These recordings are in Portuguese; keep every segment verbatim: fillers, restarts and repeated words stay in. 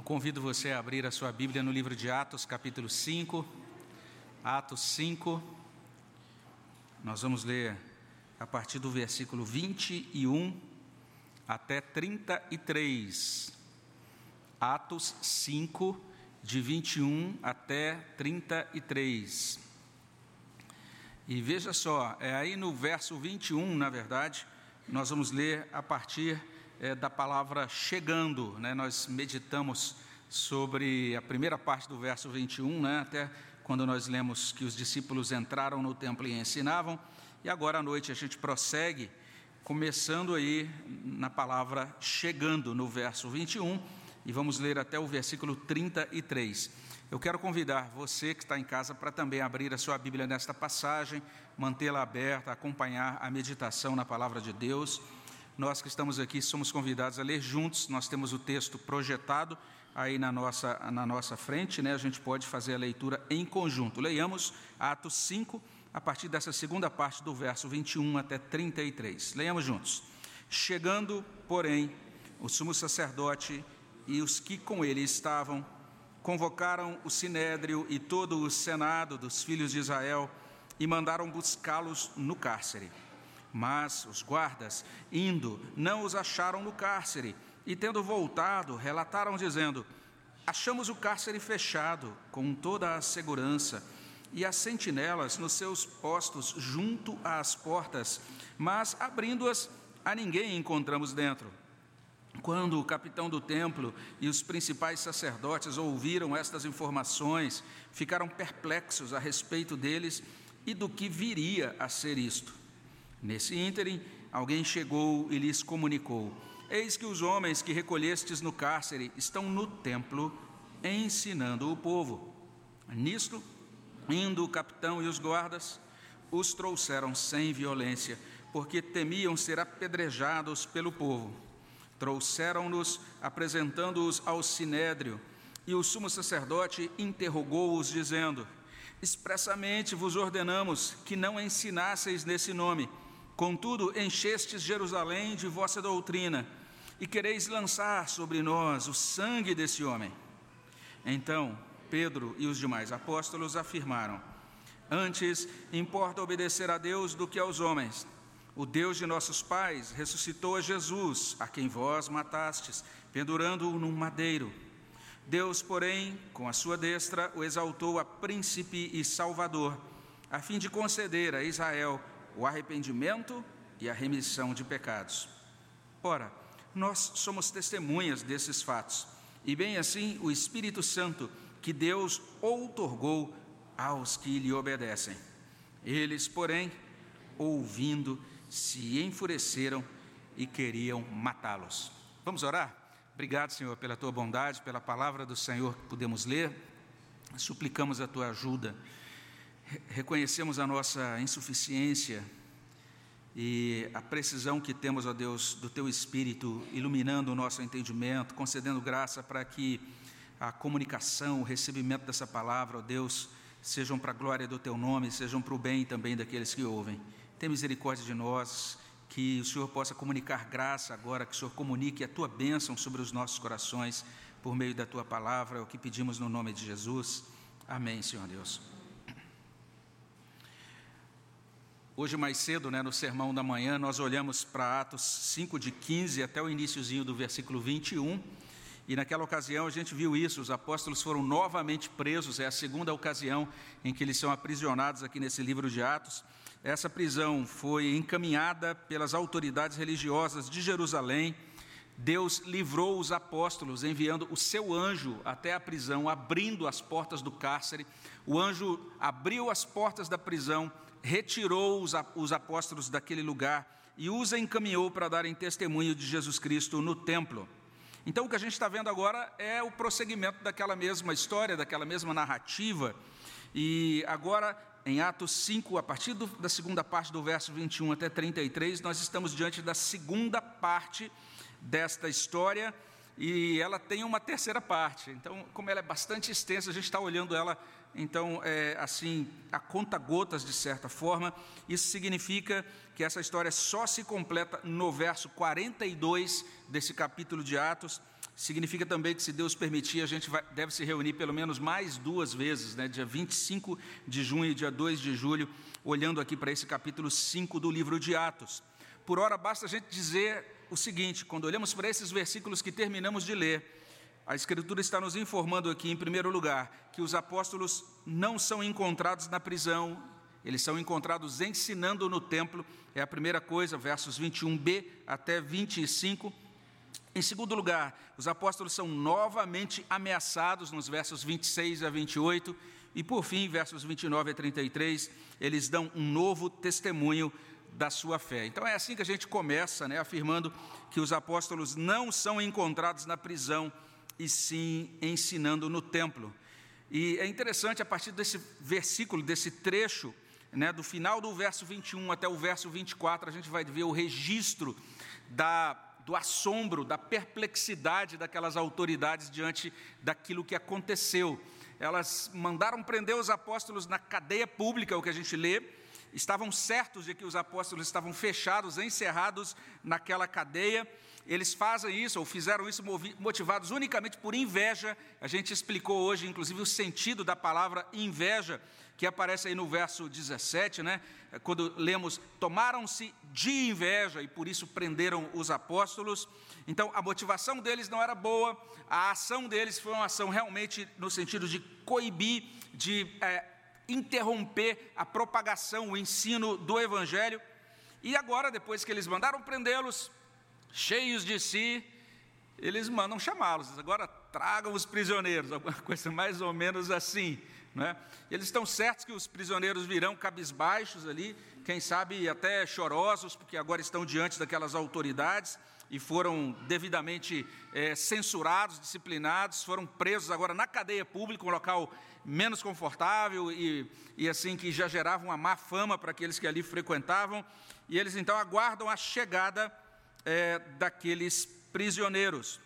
convido você a abrir a sua Bíblia no livro de Atos, capítulo cinco. Atos cinco. Nós vamos ler a partir do versículo vinte e um até trinta e três. Atos cinco, de vinte e um até trinta e três. E veja só, é aí no verso vinte e um, na verdade, nós vamos ler a partir é, da palavra chegando, né? Nós meditamos sobre a primeira parte do verso vinte e um, né? Até quando nós lemos que os discípulos entraram no templo e ensinavam, e agora à noite a gente prossegue, começando aí na palavra chegando, no verso vinte e um, e vamos ler até o versículo trinta e três. Eu quero convidar você que está em casa para também abrir a sua Bíblia nesta passagem, mantê-la aberta, acompanhar a meditação na palavra de Deus. Nós que estamos aqui somos convidados a ler juntos, nós temos o texto projetado aí na nossa, na nossa frente, né? A gente pode fazer a leitura em conjunto. Leiamos Atos cinco, a partir dessa segunda parte do verso vinte e um até trinta e três. Leiamos juntos. Chegando, porém, o sumo sacerdote e os que com ele estavam, convocaram o sinédrio e todo o senado dos filhos de Israel e mandaram buscá-los no cárcere. Mas os guardas, indo, não os acharam no cárcere, e tendo voltado, relataram dizendo: achamos o cárcere fechado, com toda a segurança, e as sentinelas nos seus postos junto às portas, mas abrindo-as, a ninguém encontramos dentro. Quando o capitão do templo e os principais sacerdotes ouviram estas informações, ficaram perplexos a respeito deles e do que viria a ser isto. Nesse ínterim, alguém chegou e lhes comunicou: eis que os homens que recolhestes no cárcere estão no templo ensinando o povo. Nisto, indo o capitão e os guardas, os trouxeram sem violência, porque temiam ser apedrejados pelo povo. Trouxeram-nos, apresentando-os ao sinédrio, e o sumo sacerdote interrogou-os, dizendo: expressamente vos ordenamos que não ensinasseis nesse nome, contudo enchestes Jerusalém de vossa doutrina, e quereis lançar sobre nós o sangue desse homem. Então Pedro e os demais apóstolos afirmaram: antes importa obedecer a Deus do que aos homens. O Deus de nossos pais ressuscitou a Jesus, a quem vós matastes, pendurando-o num madeiro. Deus, porém, com a sua destra, o exaltou a príncipe e salvador, a fim de conceder a Israel o arrependimento e a remissão de pecados. Ora, nós somos testemunhas desses fatos, e bem assim o Espírito Santo, que Deus outorgou aos que lhe obedecem. Eles, porém, ouvindo, se enfureceram e queriam matá-los. Vamos orar? Obrigado, Senhor, pela Tua bondade, pela palavra do Senhor que podemos ler. Suplicamos a Tua ajuda. Reconhecemos a nossa insuficiência e a precisão que temos, ó Deus, do Teu Espírito, iluminando o nosso entendimento, concedendo graça para que a comunicação, o recebimento dessa palavra, ó Deus, sejam para a glória do Teu nome, sejam para o bem também daqueles que ouvem. Tem misericórdia de nós, que o Senhor possa comunicar graça agora, que o Senhor comunique a Tua bênção sobre os nossos corações, por meio da Tua palavra, é o que pedimos no nome de Jesus. Amém, Senhor Deus. Hoje mais cedo, né, no sermão da manhã, nós olhamos para Atos cinco, de quinze até o iniciozinho do versículo vinte e um, e naquela ocasião a gente viu isso, os apóstolos foram novamente presos, é a segunda ocasião em que eles são aprisionados aqui nesse livro de Atos. Essa prisão foi encaminhada pelas autoridades religiosas de Jerusalém. Deus livrou os apóstolos, enviando o seu anjo até a prisão, abrindo as portas do cárcere. O anjo abriu as portas da prisão, retirou os apóstolos daquele lugar e os encaminhou para darem testemunho de Jesus Cristo no templo. Então, o que a gente está vendo agora é o prosseguimento daquela mesma história, daquela mesma narrativa. E agora, em Atos cinco, a partir do, da segunda parte do verso vinte e um até trinta e três, nós estamos diante da segunda parte desta história, e ela tem uma terceira parte. Então, como ela é bastante extensa, a gente está olhando ela, então, é, assim, a conta-gotas, de certa forma. Isso significa que essa história só se completa no verso quarenta e dois desse capítulo de Atos, Significa também que, se Deus permitir, a gente vai, deve se reunir pelo menos mais duas vezes, né? Dia vinte e cinco de junho e dia dois de julho, olhando aqui para esse capítulo cinco do livro de Atos. Por ora, basta a gente dizer o seguinte: quando olhamos para esses versículos que terminamos de ler, a Escritura está nos informando aqui, em primeiro lugar, que os apóstolos não são encontrados na prisão, eles são encontrados ensinando no templo, é a primeira coisa, versos vinte e um b até vinte e cinco. Em segundo lugar, os apóstolos são novamente ameaçados nos versos vinte e seis a vinte e oito, e por fim, versos vinte e nove a trinta e três, eles dão um novo testemunho da sua fé. Então é assim que a gente começa, né, afirmando que os apóstolos não são encontrados na prisão, e sim ensinando no templo. E é interessante, a partir desse versículo, desse trecho, né, do final do verso vinte e um até o verso vinte e quatro, a gente vai ver o registro da do assombro, da perplexidade daquelas autoridades diante daquilo que aconteceu. Elas mandaram prender os apóstolos na cadeia pública, o que a gente lê. Estavam certos de que os apóstolos estavam fechados, encerrados naquela cadeia. Eles fazem isso, ou fizeram isso motivados unicamente por inveja. A gente explicou hoje, inclusive, o sentido da palavra inveja, que aparece aí no verso dezessete, né? Quando lemos, tomaram-se de inveja e por isso prenderam os apóstolos. Então, a motivação deles não era boa, a ação deles foi uma ação realmente no sentido de coibir, de é, interromper a propagação, o ensino do Evangelho. E agora, depois que eles mandaram prendê-los, cheios de si, eles mandam chamá-los. Agora tragam os prisioneiros, alguma coisa mais ou menos assim, né? Eles estão certos que os prisioneiros virão cabisbaixos ali, quem sabe até chorosos, porque agora estão diante daquelas autoridades e foram devidamente é, censurados, disciplinados, foram presos agora na cadeia pública, um local menos confortável e, e assim que já gerava uma má fama para aqueles que ali frequentavam. E eles então aguardam a chegada é, daqueles prisioneiros.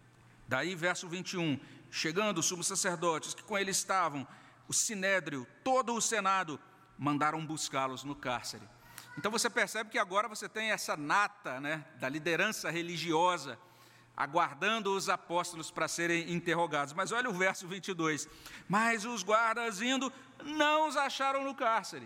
Daí, verso vinte e um, chegando os sumos sacerdotes que com ele estavam, o sinédrio, todo o senado, mandaram buscá-los no cárcere. Então você percebe que agora você tem essa nata, né, da liderança religiosa, aguardando os apóstolos para serem interrogados. Mas olha o verso vinte e dois, mas os guardas indo, não os acharam no cárcere.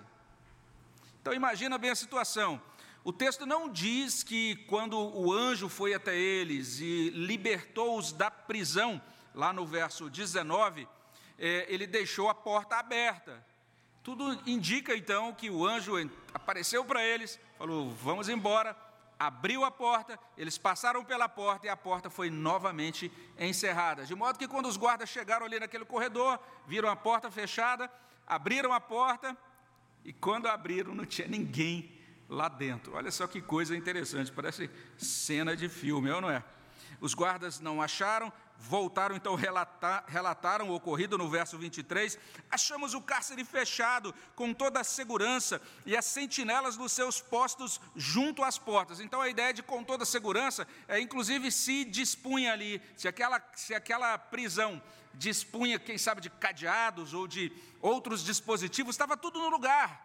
Então imagina bem a situação. O texto não diz que quando o anjo foi até eles e libertou-os da prisão, lá no verso dezenove, eh, ele deixou a porta aberta. Tudo indica, então, que o anjo apareceu para eles, falou, vamos embora, abriu a porta, eles passaram pela porta e a porta foi novamente encerrada. De modo que quando os guardas chegaram ali naquele corredor, viram a porta fechada, abriram a porta e quando abriram não tinha ninguém lá dentro. Olha só que coisa interessante, parece cena de filme, é ou não é? Os guardas não acharam, voltaram então, relatar, relataram o ocorrido no verso vinte e três, achamos o cárcere fechado, com toda a segurança, e as sentinelas dos seus postos junto às portas. Então a ideia de com toda a segurança, é inclusive se dispunha ali, se aquela, se aquela prisão dispunha, quem sabe, de cadeados ou de outros dispositivos, estava tudo no lugar,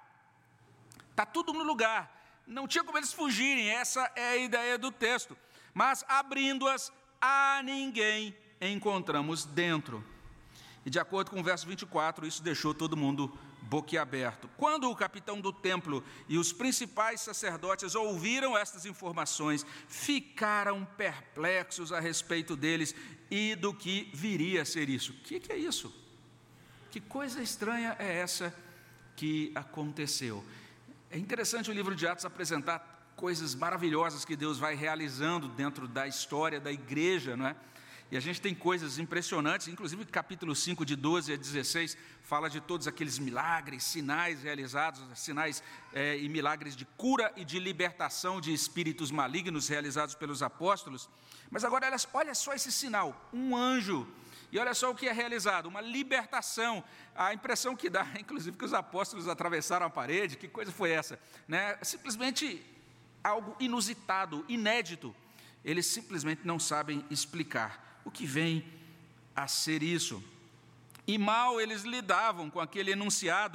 está tudo no lugar, não tinha como eles fugirem, essa é a ideia do texto. Mas abrindo-as, a ninguém encontramos dentro. E de acordo com o verso vinte e quatro, isso deixou todo mundo boquiaberto. Quando o capitão do templo e os principais sacerdotes ouviram estas informações, ficaram perplexos a respeito deles e do que viria a ser isso. O que, que é isso? Que coisa estranha é essa que aconteceu? É interessante o livro de Atos apresentar coisas maravilhosas que Deus vai realizando dentro da história da igreja, não é? E a gente tem coisas impressionantes, inclusive capítulo cinco, de doze a dezesseis, fala de todos aqueles milagres, sinais realizados, sinais é, e milagres de cura e de libertação de espíritos malignos realizados pelos apóstolos. Mas agora, olha, olha só esse sinal, um anjo, e olha só o que é realizado, uma libertação. A impressão que dá, inclusive, que os apóstolos atravessaram a parede, que coisa foi essa? Né? Simplesmente algo inusitado, inédito. Eles simplesmente não sabem explicar o que vem a ser isso. E mal eles lidavam com aquele enunciado,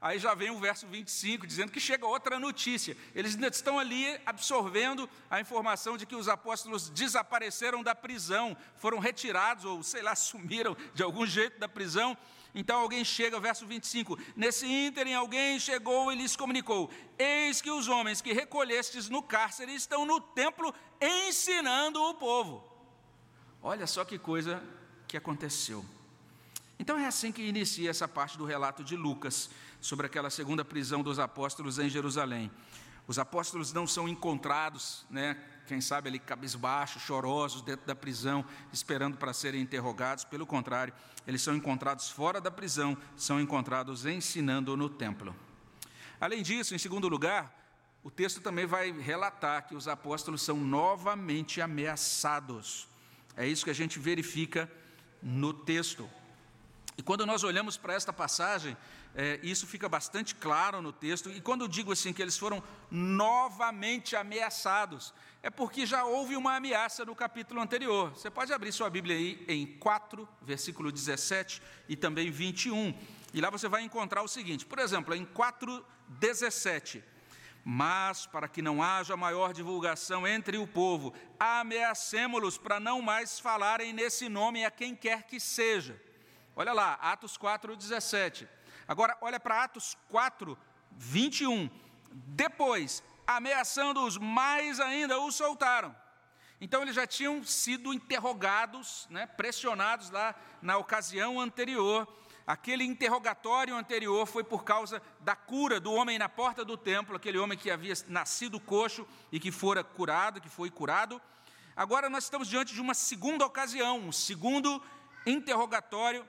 aí já vem o verso vinte e cinco, dizendo que chega outra notícia. Eles ainda estão ali absorvendo a informação de que os apóstolos desapareceram da prisão, foram retirados, ou sei lá, sumiram de algum jeito da prisão. Então alguém chega, verso vinte e cinco, nesse ínterim alguém chegou e lhes comunicou: eis que os homens que recolhestes no cárcere estão no templo ensinando o povo. Olha só que coisa que aconteceu. Então é assim que inicia essa parte do relato de Lucas, sobre aquela segunda prisão dos apóstolos em Jerusalém. Os apóstolos não são encontrados, né, quem sabe ali cabisbaixos, chorosos, dentro da prisão, esperando para serem interrogados. Pelo contrário, eles são encontrados fora da prisão, são encontrados ensinando no templo. Além disso, em segundo lugar, o texto também vai relatar que os apóstolos são novamente ameaçados. É isso que a gente verifica no texto. E quando nós olhamos para esta passagem, é, isso fica bastante claro no texto. E quando eu digo assim que eles foram novamente ameaçados, é porque já houve uma ameaça no capítulo anterior. Você pode abrir sua Bíblia aí em quatro, versículo dezessete e também vinte e um. E lá você vai encontrar o seguinte, por exemplo, em quatro, dezessete. Mas, para que não haja maior divulgação entre o povo, ameacemo-los para não mais falarem nesse nome a quem quer que seja. Olha lá, Atos quatro, dezessete. Agora, olha para Atos quatro, vinte e um. Depois, ameaçando-os mais ainda, os soltaram. Então, eles já tinham sido interrogados, né, pressionados lá na ocasião anterior. Aquele interrogatório anterior foi por causa da cura do homem na porta do templo, aquele homem que havia nascido coxo e que fora curado, que foi curado. Agora nós estamos diante de uma segunda ocasião, um segundo interrogatório,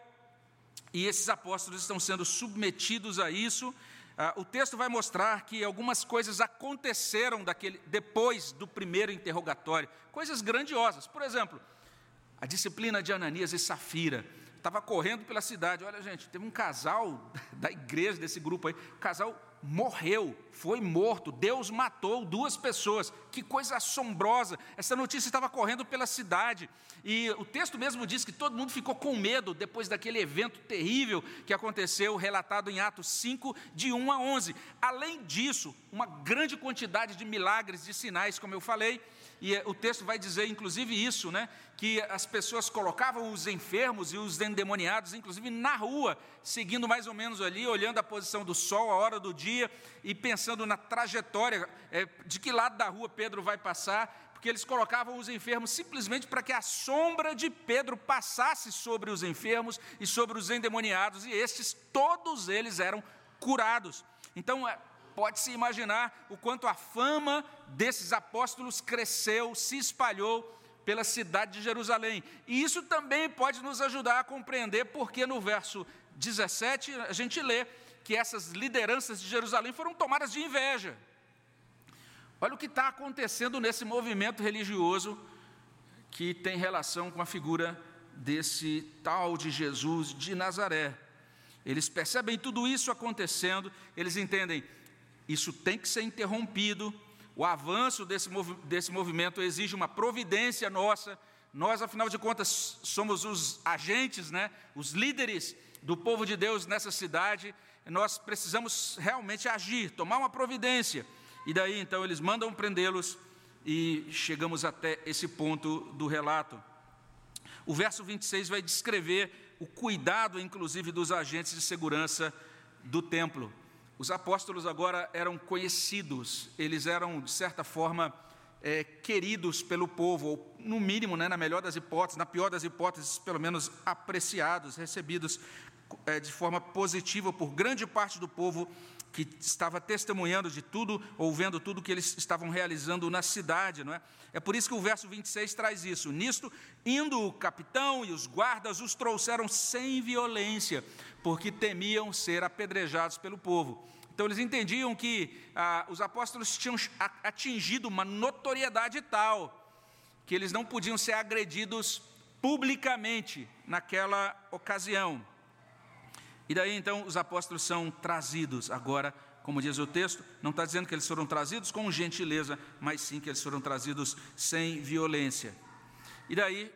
e esses apóstolos estão sendo submetidos a isso. Ah, o texto vai mostrar que algumas coisas aconteceram daquele, depois do primeiro interrogatório, coisas grandiosas. Por exemplo, a disciplina de Ananias e Safira. Estava correndo pela cidade. Olha, gente, teve um casal da igreja, desse grupo aí, o casal morreu, foi morto, Deus matou duas pessoas. Que coisa assombrosa. Essa notícia estava correndo pela cidade, e o texto mesmo diz que todo mundo ficou com medo depois daquele evento terrível que aconteceu, relatado em Atos cinco, de um a onze. Além disso, uma grande quantidade de milagres, de sinais, como eu falei. E o texto vai dizer, inclusive, isso, né, que as pessoas colocavam os enfermos e os endemoniados, inclusive, na rua, seguindo mais ou menos ali, olhando a posição do sol, a hora do dia, e pensando na trajetória, é, de que lado da rua Pedro vai passar, porque eles colocavam os enfermos simplesmente para que a sombra de Pedro passasse sobre os enfermos e sobre os endemoniados, e estes, todos eles eram curados. Então, é, pode-se imaginar o quanto a fama desses apóstolos cresceu, se espalhou pela cidade de Jerusalém. E isso também pode nos ajudar a compreender porque no verso dezessete a gente lê que essas lideranças de Jerusalém foram tomadas de inveja. Olha o que está acontecendo nesse movimento religioso que tem relação com a figura desse tal de Jesus de Nazaré. Eles percebem tudo isso acontecendo, eles entendem: isso tem que ser interrompido. O avanço desse, movi- desse movimento exige uma providência nossa. Nós, afinal de contas, somos os agentes, né, os líderes do povo de Deus nessa cidade. Nós precisamos realmente agir, tomar uma providência. E daí, então, eles mandam prendê-los e chegamos até esse ponto do relato. O verso vinte e seis vai descrever o cuidado, inclusive, dos agentes de segurança do templo. Os apóstolos agora eram conhecidos, eles eram, de certa forma, é, queridos pelo povo, ou no mínimo, né, na melhor das hipóteses, na pior das hipóteses, pelo menos apreciados, recebidos é, de forma positiva por grande parte do povo que estava testemunhando de tudo, ou vendo tudo que eles estavam realizando na cidade, não é? É por isso que o verso vinte e seis traz isso. Nisto, indo o capitão e os guardas, os trouxeram sem violência, porque temiam ser apedrejados pelo povo. Então, eles entendiam que ah, os apóstolos tinham atingido uma notoriedade tal, que eles não podiam ser agredidos publicamente naquela ocasião. E daí, então, os apóstolos são trazidos. Agora, como diz o texto, não está dizendo que eles foram trazidos com gentileza, mas sim que eles foram trazidos sem violência. E daí,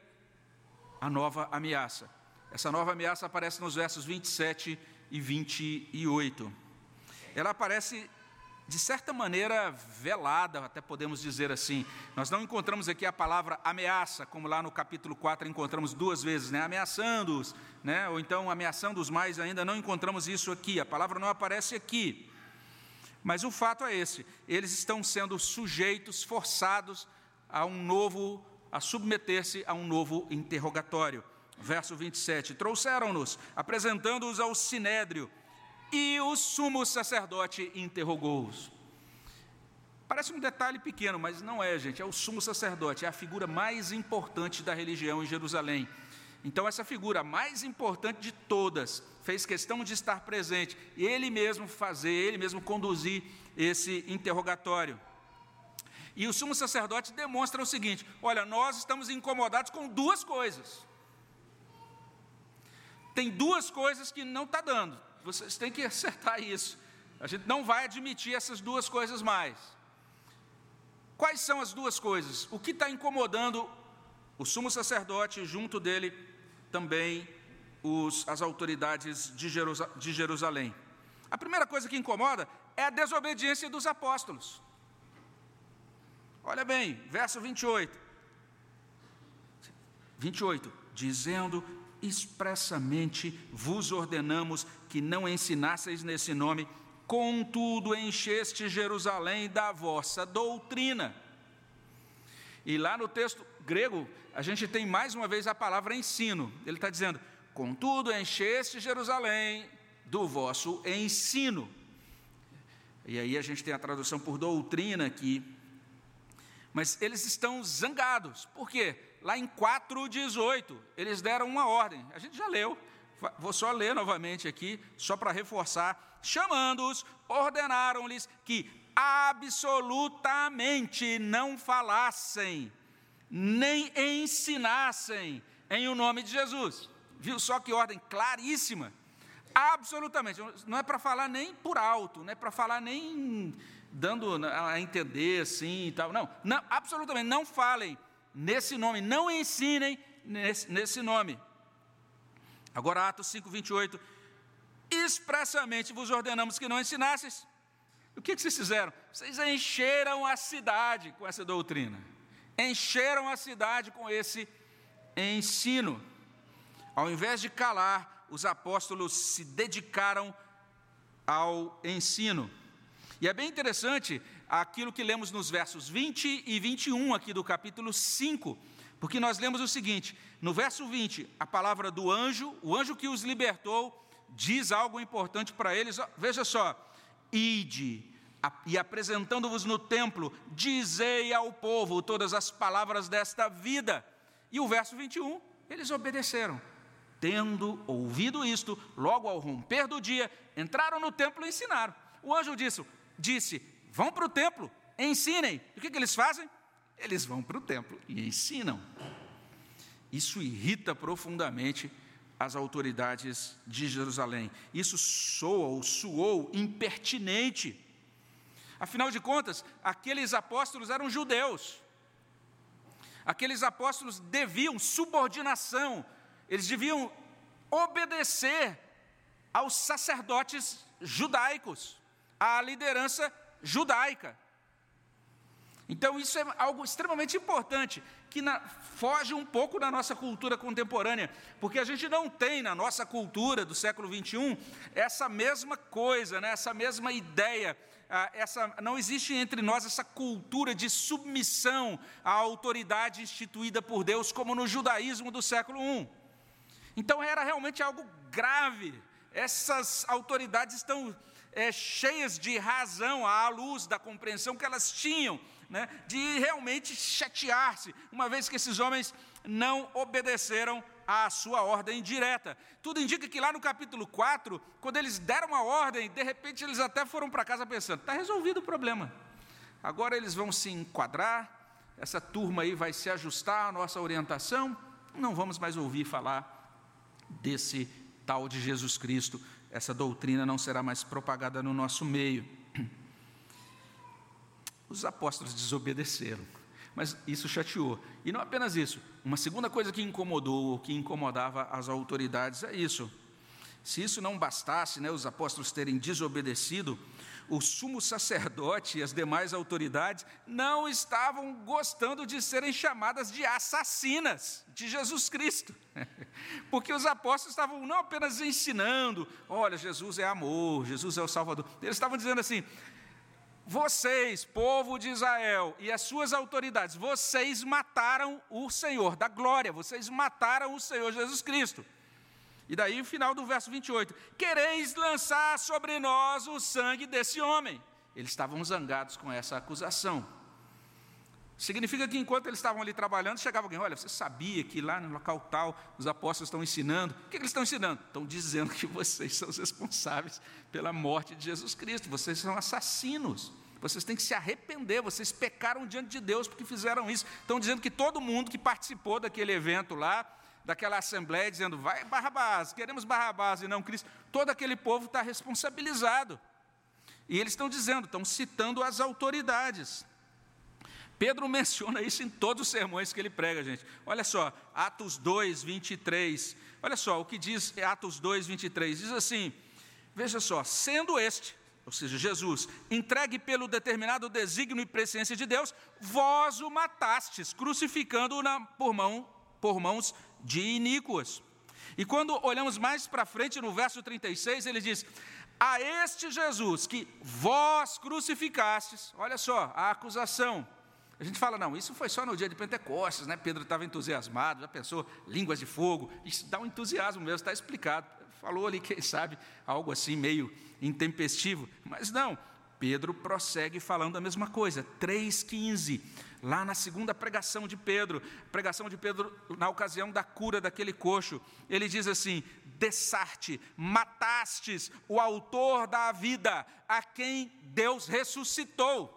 a nova ameaça. Essa nova ameaça aparece nos versos vinte e sete e vinte e oito. ela aparece de certa maneira velada, até podemos dizer assim. Nós não encontramos aqui a palavra ameaça, como lá no capítulo quatro encontramos duas vezes, né? Ameaçando-os, né? Ou então ameaçando-os mais ainda, não encontramos isso aqui, a palavra não aparece aqui. Mas o fato é esse, eles estão sendo sujeitos, forçados a um novo, a submeter-se a um novo interrogatório. Verso vinte e sete, trouxeram-nos, apresentando-os ao sinédrio, e o sumo sacerdote interrogou-os. Parece um detalhe pequeno, mas não é, gente. É o sumo sacerdote, é a figura mais importante da religião em Jerusalém. Então, essa figura mais importante de todas fez questão de estar presente, e ele mesmo fazer, ele mesmo conduzir esse interrogatório. E o sumo sacerdote demonstra o seguinte: olha, nós estamos incomodados com duas coisas. Tem duas coisas que não está dando. Vocês têm que acertar isso. A gente não vai admitir essas duas coisas mais. Quais são as duas coisas? O que está incomodando o sumo sacerdote, junto dele também os, as autoridades de, Jerusa, de Jerusalém? A primeira coisa que incomoda é a desobediência dos apóstolos. Olha bem, verso vinte e oito. vinte e oito, dizendo: expressamente vos ordenamos que não ensinasseis nesse nome, contudo encheste Jerusalém da vossa doutrina. E lá no texto grego, a gente tem mais uma vez a palavra ensino. Ele está dizendo: contudo encheste Jerusalém do vosso ensino. E aí a gente tem a tradução por doutrina aqui. Mas eles estão zangados. Por quê? Lá em quatro dezoito, eles deram uma ordem. A gente já leu, vou só ler novamente aqui, só para reforçar. Chamando-os, ordenaram-lhes que absolutamente não falassem, nem ensinassem em o nome de Jesus. Viu só que ordem claríssima? Absolutamente, não é para falar nem por alto, não é para falar nem dando a entender assim e tal. Não, não, absolutamente, não falem nesse nome, não ensinem nesse, nesse nome. Agora, Atos cinco, vinte e oito. Expressamente vos ordenamos que não ensinasseis. O que, que vocês fizeram? Vocês encheram a cidade com essa doutrina. Encheram a cidade com esse ensino. Ao invés de calar, os apóstolos se dedicaram ao ensino. E é bem interessante aquilo que lemos nos versos vinte e vinte e um aqui do capítulo cinco, porque nós lemos o seguinte: no verso vinte, a palavra do anjo, o anjo que os libertou, diz algo importante para eles. Veja só: ide, e apresentando-vos no templo, dizei ao povo todas as palavras desta vida. E o verso vinte e um, eles obedeceram. Tendo ouvido isto, logo ao romper do dia, entraram no templo e ensinaram. O anjo disse, disse vão para o templo, ensinem. E o que, que eles fazem? Eles vão para o templo e ensinam. Isso irrita profundamente as autoridades de Jerusalém. Isso soa ou soou impertinente. Afinal de contas, aqueles apóstolos eram judeus. Aqueles apóstolos deviam subordinação, eles deviam obedecer aos sacerdotes judaicos, à liderança judaica. Então, isso é algo extremamente importante, que na, foge um pouco da nossa cultura contemporânea, porque a gente não tem na nossa cultura do século vinte e um essa mesma coisa, né, essa mesma ideia, ah, essa, não existe entre nós essa cultura de submissão à autoridade instituída por Deus, como no judaísmo do século um. Então, era realmente algo grave. Essas autoridades estão é, cheias de razão à luz da compreensão que elas tinham, né, de realmente chatear-se, uma vez que esses homens não obedeceram à sua ordem direta. Tudo indica que lá no capítulo quatro, quando eles deram a ordem, de repente eles até foram para casa pensando, está resolvido o problema. Agora eles vão se enquadrar, essa turma aí vai se ajustar à nossa orientação, não vamos mais ouvir falar desse tal de Jesus Cristo, essa doutrina não será mais propagada no nosso meio. Os apóstolos desobedeceram, mas isso chateou. E não apenas isso, uma segunda coisa que incomodou, que incomodava as autoridades é isso. Se isso não bastasse, né, os apóstolos terem desobedecido, o sumo sacerdote e as demais autoridades não estavam gostando de serem chamadas de assassinas de Jesus Cristo. Porque os apóstolos estavam não apenas ensinando, olha, Jesus é amor, Jesus é o Salvador. Eles estavam dizendo assim, vocês, povo de Israel, e as suas autoridades, vocês mataram o Senhor da glória, vocês mataram o Senhor Jesus Cristo. E daí o final do verso vinte e oito, quereis lançar sobre nós o sangue desse homem. Eles estavam zangados com essa acusação. Significa que enquanto eles estavam ali trabalhando, chegava alguém, olha, você sabia que lá no local tal, os apóstolos estão ensinando? O que eles estão ensinando? Estão dizendo que vocês são os responsáveis pela morte de Jesus Cristo, vocês são assassinos, vocês têm que se arrepender, vocês pecaram diante de Deus porque fizeram isso. Estão dizendo que todo mundo que participou daquele evento lá, daquela assembleia, dizendo, vai Barrabás, queremos Barrabás e não Cristo, todo aquele povo está responsabilizado. E eles estão dizendo, estão citando as autoridades. Pedro menciona isso em todos os sermões que ele prega, gente. Olha só, Atos dois, vinte e três, olha só o que diz Atos dois, vinte e três, diz assim, veja só, sendo este, ou seja, Jesus, entregue pelo determinado desígnio e presciência de Deus, vós o matastes, crucificando-o na, por, mão, por mãos de iníquos. E quando olhamos mais para frente no verso trinta e seis, ele diz, a este Jesus que vós crucificastes, olha só, a acusação. A gente fala, não, isso foi só no dia de Pentecostes, né? Pedro estava entusiasmado, já pensou, línguas de fogo, isso dá um entusiasmo mesmo, está explicado. Falou ali, quem sabe, algo assim meio intempestivo, mas não, Pedro prossegue falando a mesma coisa, três, quinze, lá na segunda pregação de Pedro, pregação de Pedro na ocasião da cura daquele coxo, ele diz assim, dessarte, matastes o autor da vida, a quem Deus ressuscitou.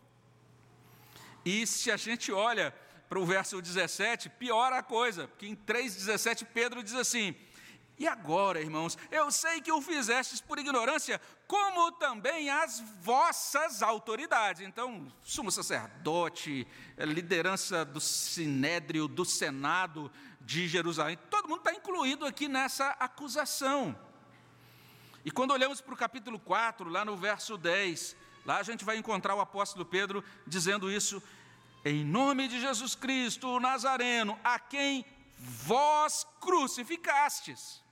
E se a gente olha para o verso dezessete, piora a coisa, porque em três, dezessete Pedro diz assim, e agora, irmãos, eu sei que o fizestes por ignorância, como também as vossas autoridades. Então, sumo sacerdote, liderança do sinédrio, do senado de Jerusalém, todo mundo está incluído aqui nessa acusação. E quando olhamos para o capítulo quatro, lá no verso dez, lá a gente vai encontrar o apóstolo Pedro dizendo isso, em nome de Jesus Cristo, o Nazareno, a quem vós crucificastes.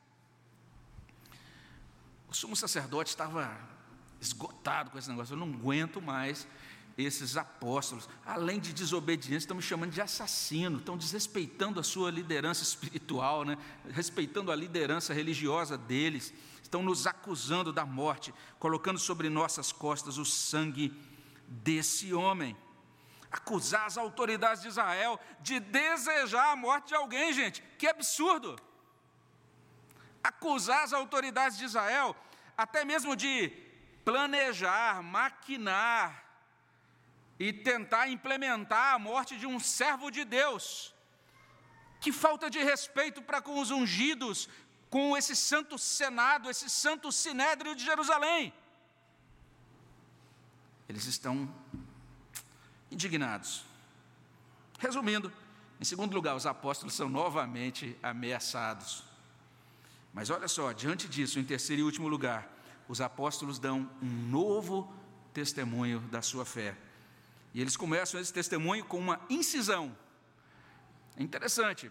O sumo sacerdote estava esgotado com esse negócio, eu não aguento mais esses apóstolos, além de desobedientes, estão me chamando de assassino, estão desrespeitando a sua liderança espiritual, né? Respeitando a liderança religiosa deles, estão nos acusando da morte, colocando sobre nossas costas o sangue desse homem. Acusar as autoridades de Israel de desejar a morte de alguém, gente, que absurdo! Acusar as autoridades de Israel, até mesmo de planejar, maquinar e tentar implementar a morte de um servo de Deus. Que falta de respeito para com os ungidos, com esse santo senado, esse santo sinédrio de Jerusalém. Eles estão indignados. Resumindo, em segundo lugar, os apóstolos são novamente ameaçados. Mas olha só, diante disso, em terceiro e último lugar, os apóstolos dão um novo testemunho da sua fé. E eles começam esse testemunho com uma incisão. É interessante.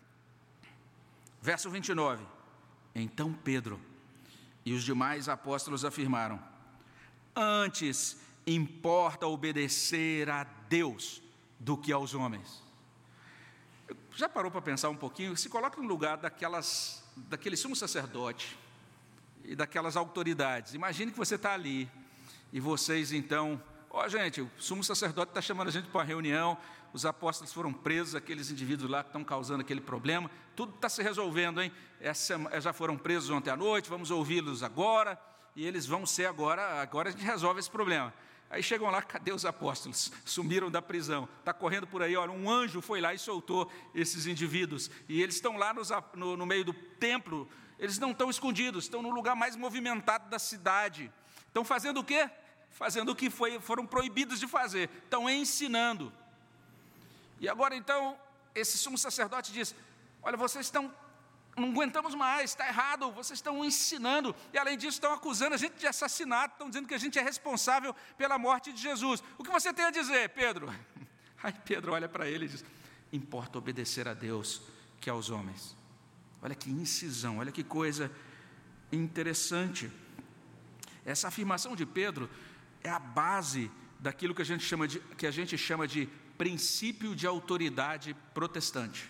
Verso vinte e nove. Então Pedro e os demais apóstolos afirmaram, antes importa obedecer a Deus do que aos homens. Já parou para pensar um pouquinho? Se coloca no lugar daquelas... daquele sumo sacerdote e daquelas autoridades. Imagine que você está ali e vocês então, ó oh, gente, o sumo sacerdote está chamando a gente para uma reunião, os apóstolos foram presos, aqueles indivíduos lá que estão causando aquele problema, tudo está se resolvendo, hein? Essa, já foram presos ontem à noite, vamos ouvi-los agora, e eles vão ser agora, agora a gente resolve esse problema. Aí chegam lá, cadê os apóstolos? Sumiram da prisão, está correndo por aí, olha, um anjo foi lá e soltou esses indivíduos, e eles estão lá nos, no, no meio do templo, eles não estão escondidos, estão no lugar mais movimentado da cidade, estão fazendo o quê? Fazendo o que foi, foram proibidos de fazer, estão ensinando. E agora então, esse sumo sacerdote diz, olha, vocês estão não aguentamos mais, está errado, vocês estão ensinando, e além disso estão acusando a gente de assassinato, estão dizendo que a gente é responsável pela morte de Jesus. O que você tem a dizer, Pedro? Aí Pedro olha para ele e diz: importa obedecer a Deus que aos homens. Olha que incisão, olha que coisa interessante. Essa afirmação de Pedro é a base daquilo que a gente chama de, que a gente chama de princípio de autoridade protestante.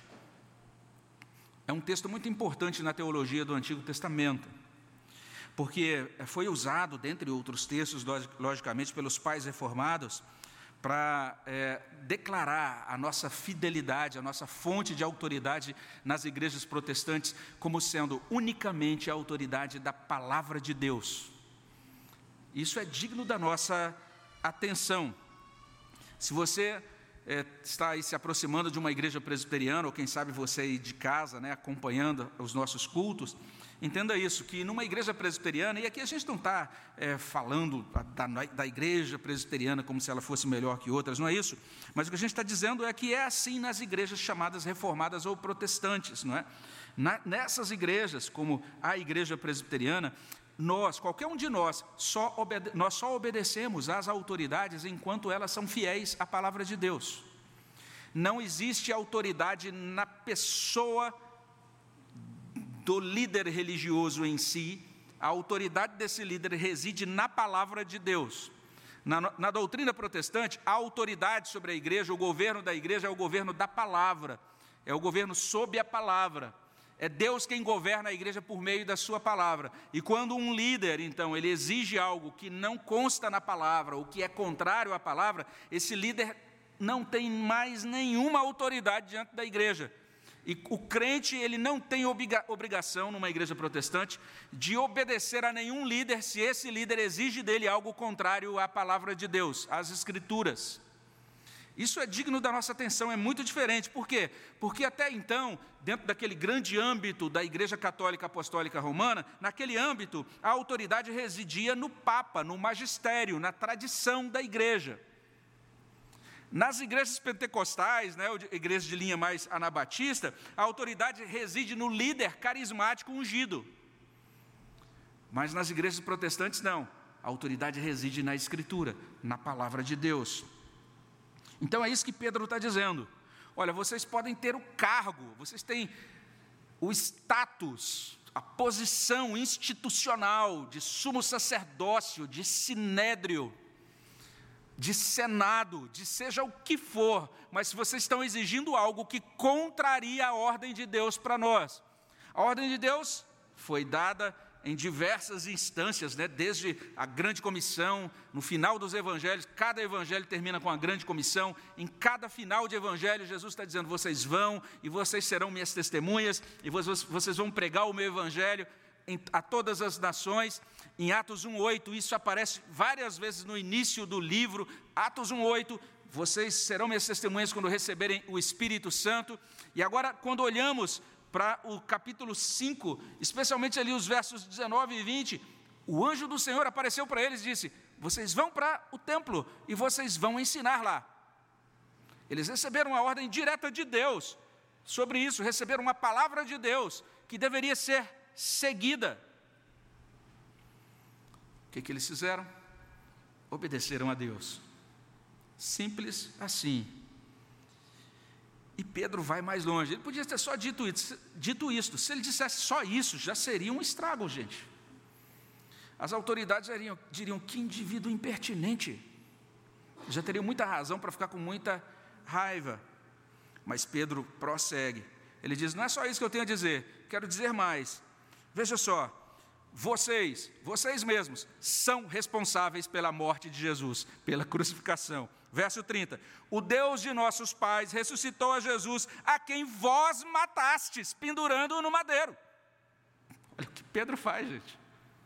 É um texto muito importante na teologia do Antigo Testamento, porque foi usado, dentre outros textos, logicamente, pelos pais reformados, para é, declarar a nossa fidelidade, a nossa fonte de autoridade nas igrejas protestantes, como sendo unicamente a autoridade da palavra de Deus. Isso é digno da nossa atenção. Se você é, está aí se aproximando de uma igreja presbiteriana, ou quem sabe você aí de casa, né, acompanhando os nossos cultos, entenda isso, que numa igreja presbiteriana, e aqui a gente não está é, falando da, da igreja presbiteriana como se ela fosse melhor que outras, não é isso? Mas o que a gente está dizendo é que é assim nas igrejas chamadas reformadas ou protestantes, não é? Na, nessas igrejas, como a igreja presbiteriana, nós, qualquer um de nós, só obede- nós só obedecemos às autoridades enquanto elas são fiéis à palavra de Deus. Não existe autoridade na pessoa do líder religioso em si. A autoridade desse líder reside na palavra de Deus. Na, na doutrina protestante, a autoridade sobre a igreja, o governo da igreja é o governo da palavra, é o governo sob a palavra. É Deus quem governa a igreja por meio da sua palavra. E quando um líder, então, ele exige algo que não consta na palavra, ou que é contrário à palavra, esse líder não tem mais nenhuma autoridade diante da igreja. E o crente, ele não tem obriga- obrigação, numa igreja protestante, de obedecer a nenhum líder, se esse líder exige dele algo contrário à palavra de Deus, às Escrituras. Isso é digno da nossa atenção, é muito diferente. Por quê? Porque até então, dentro daquele grande âmbito da Igreja Católica Apostólica Romana, naquele âmbito, a autoridade residia no Papa, no magistério, na tradição da igreja. Nas igrejas pentecostais, né, igrejas de linha mais anabatista, a autoridade reside no líder carismático ungido. Mas nas igrejas protestantes, não. A autoridade reside na Escritura, na palavra de Deus. Então é isso que Pedro está dizendo. Olha, vocês podem ter o cargo, vocês têm o status, a posição institucional de sumo sacerdócio, de sinédrio, de senado, de seja o que for, mas se vocês estão exigindo algo que contraria a ordem de Deus para nós. A ordem de Deus foi dada em diversas instâncias, né? Desde a grande comissão, no final dos evangelhos, cada evangelho termina com a grande comissão, em cada final de evangelho, Jesus está dizendo: vocês vão e vocês serão minhas testemunhas, e vocês vão pregar o meu evangelho a todas as nações. Em Atos um, oito, isso aparece várias vezes no início do livro. Atos um, oito, vocês serão minhas testemunhas quando receberem o Espírito Santo. E agora, quando olhamos para o capítulo cinco, especialmente ali os versos dezenove e vinte, o anjo do Senhor apareceu para eles e disse: vocês vão para o templo e vocês vão ensinar lá. Eles receberam a ordem direta de Deus sobre isso, receberam uma palavra de Deus que deveria ser seguida. O que, que eles fizeram? Obedeceram a Deus. Simples assim. E Pedro vai mais longe. Ele podia ter só dito isso, dito isso. Se ele dissesse só isso, já seria um estrago, gente. As autoridades diriam, diriam: que indivíduo impertinente. Já teriam muita razão para ficar com muita raiva. Mas Pedro prossegue. Ele diz: não é só isso que eu tenho a dizer, quero dizer mais. Veja só, vocês, vocês mesmos, são responsáveis pela morte de Jesus, pela crucificação. Verso trinta, o Deus de nossos pais ressuscitou a Jesus, a quem vós matastes, pendurando-o no madeiro. Olha o que Pedro faz, gente.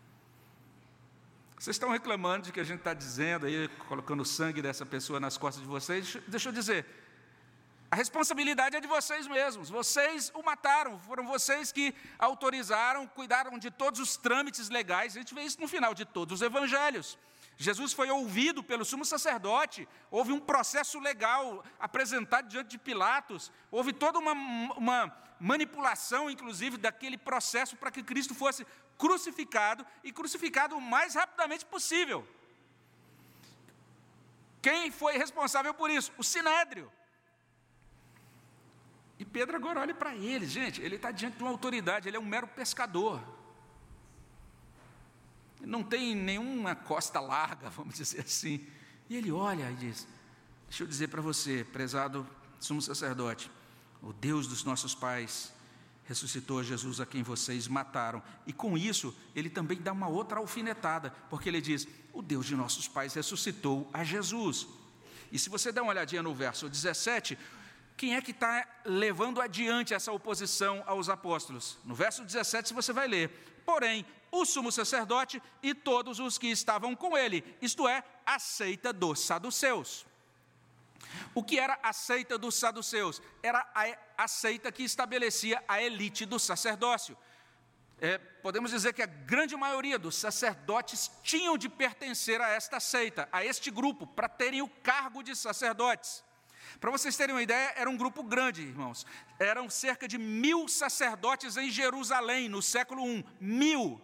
Vocês estão reclamando de que a gente está dizendo aí, colocando o sangue dessa pessoa nas costas de vocês. Deixa eu dizer, a responsabilidade é de vocês mesmos. Vocês o mataram, foram vocês que autorizaram, cuidaram de todos os trâmites legais. A gente vê isso no final de todos os evangelhos. Jesus foi ouvido pelo sumo sacerdote, houve um processo legal apresentado diante de Pilatos, houve toda uma, uma manipulação, inclusive, daquele processo para que Cristo fosse crucificado, e crucificado o mais rapidamente possível. Quem foi responsável por isso? O Sinédrio. E Pedro agora olha para ele, gente, ele está diante de uma autoridade, ele é um mero pescador. Não tem nenhuma costa larga, vamos dizer assim. E ele olha e diz, deixa eu dizer para você, prezado sumo sacerdote, o Deus dos nossos pais ressuscitou Jesus a quem vocês mataram. E com isso, ele também dá uma outra alfinetada, porque ele diz, o Deus de nossos pais ressuscitou a Jesus. E se você der uma olhadinha no verso dezessete, quem é que está levando adiante essa oposição aos apóstolos? No verso dezessete você vai ler, porém, o sumo sacerdote e todos os que estavam com ele, isto é, a seita dos saduceus. O que era a seita dos saduceus? Era a, a seita que estabelecia a elite do sacerdócio. É, podemos dizer que a grande maioria dos sacerdotes tinham de pertencer a esta seita, a este grupo, para terem o cargo de sacerdotes. Para vocês terem uma ideia, era um grupo grande, irmãos. Eram cerca de mil sacerdotes em Jerusalém, no século primeiro. Mil.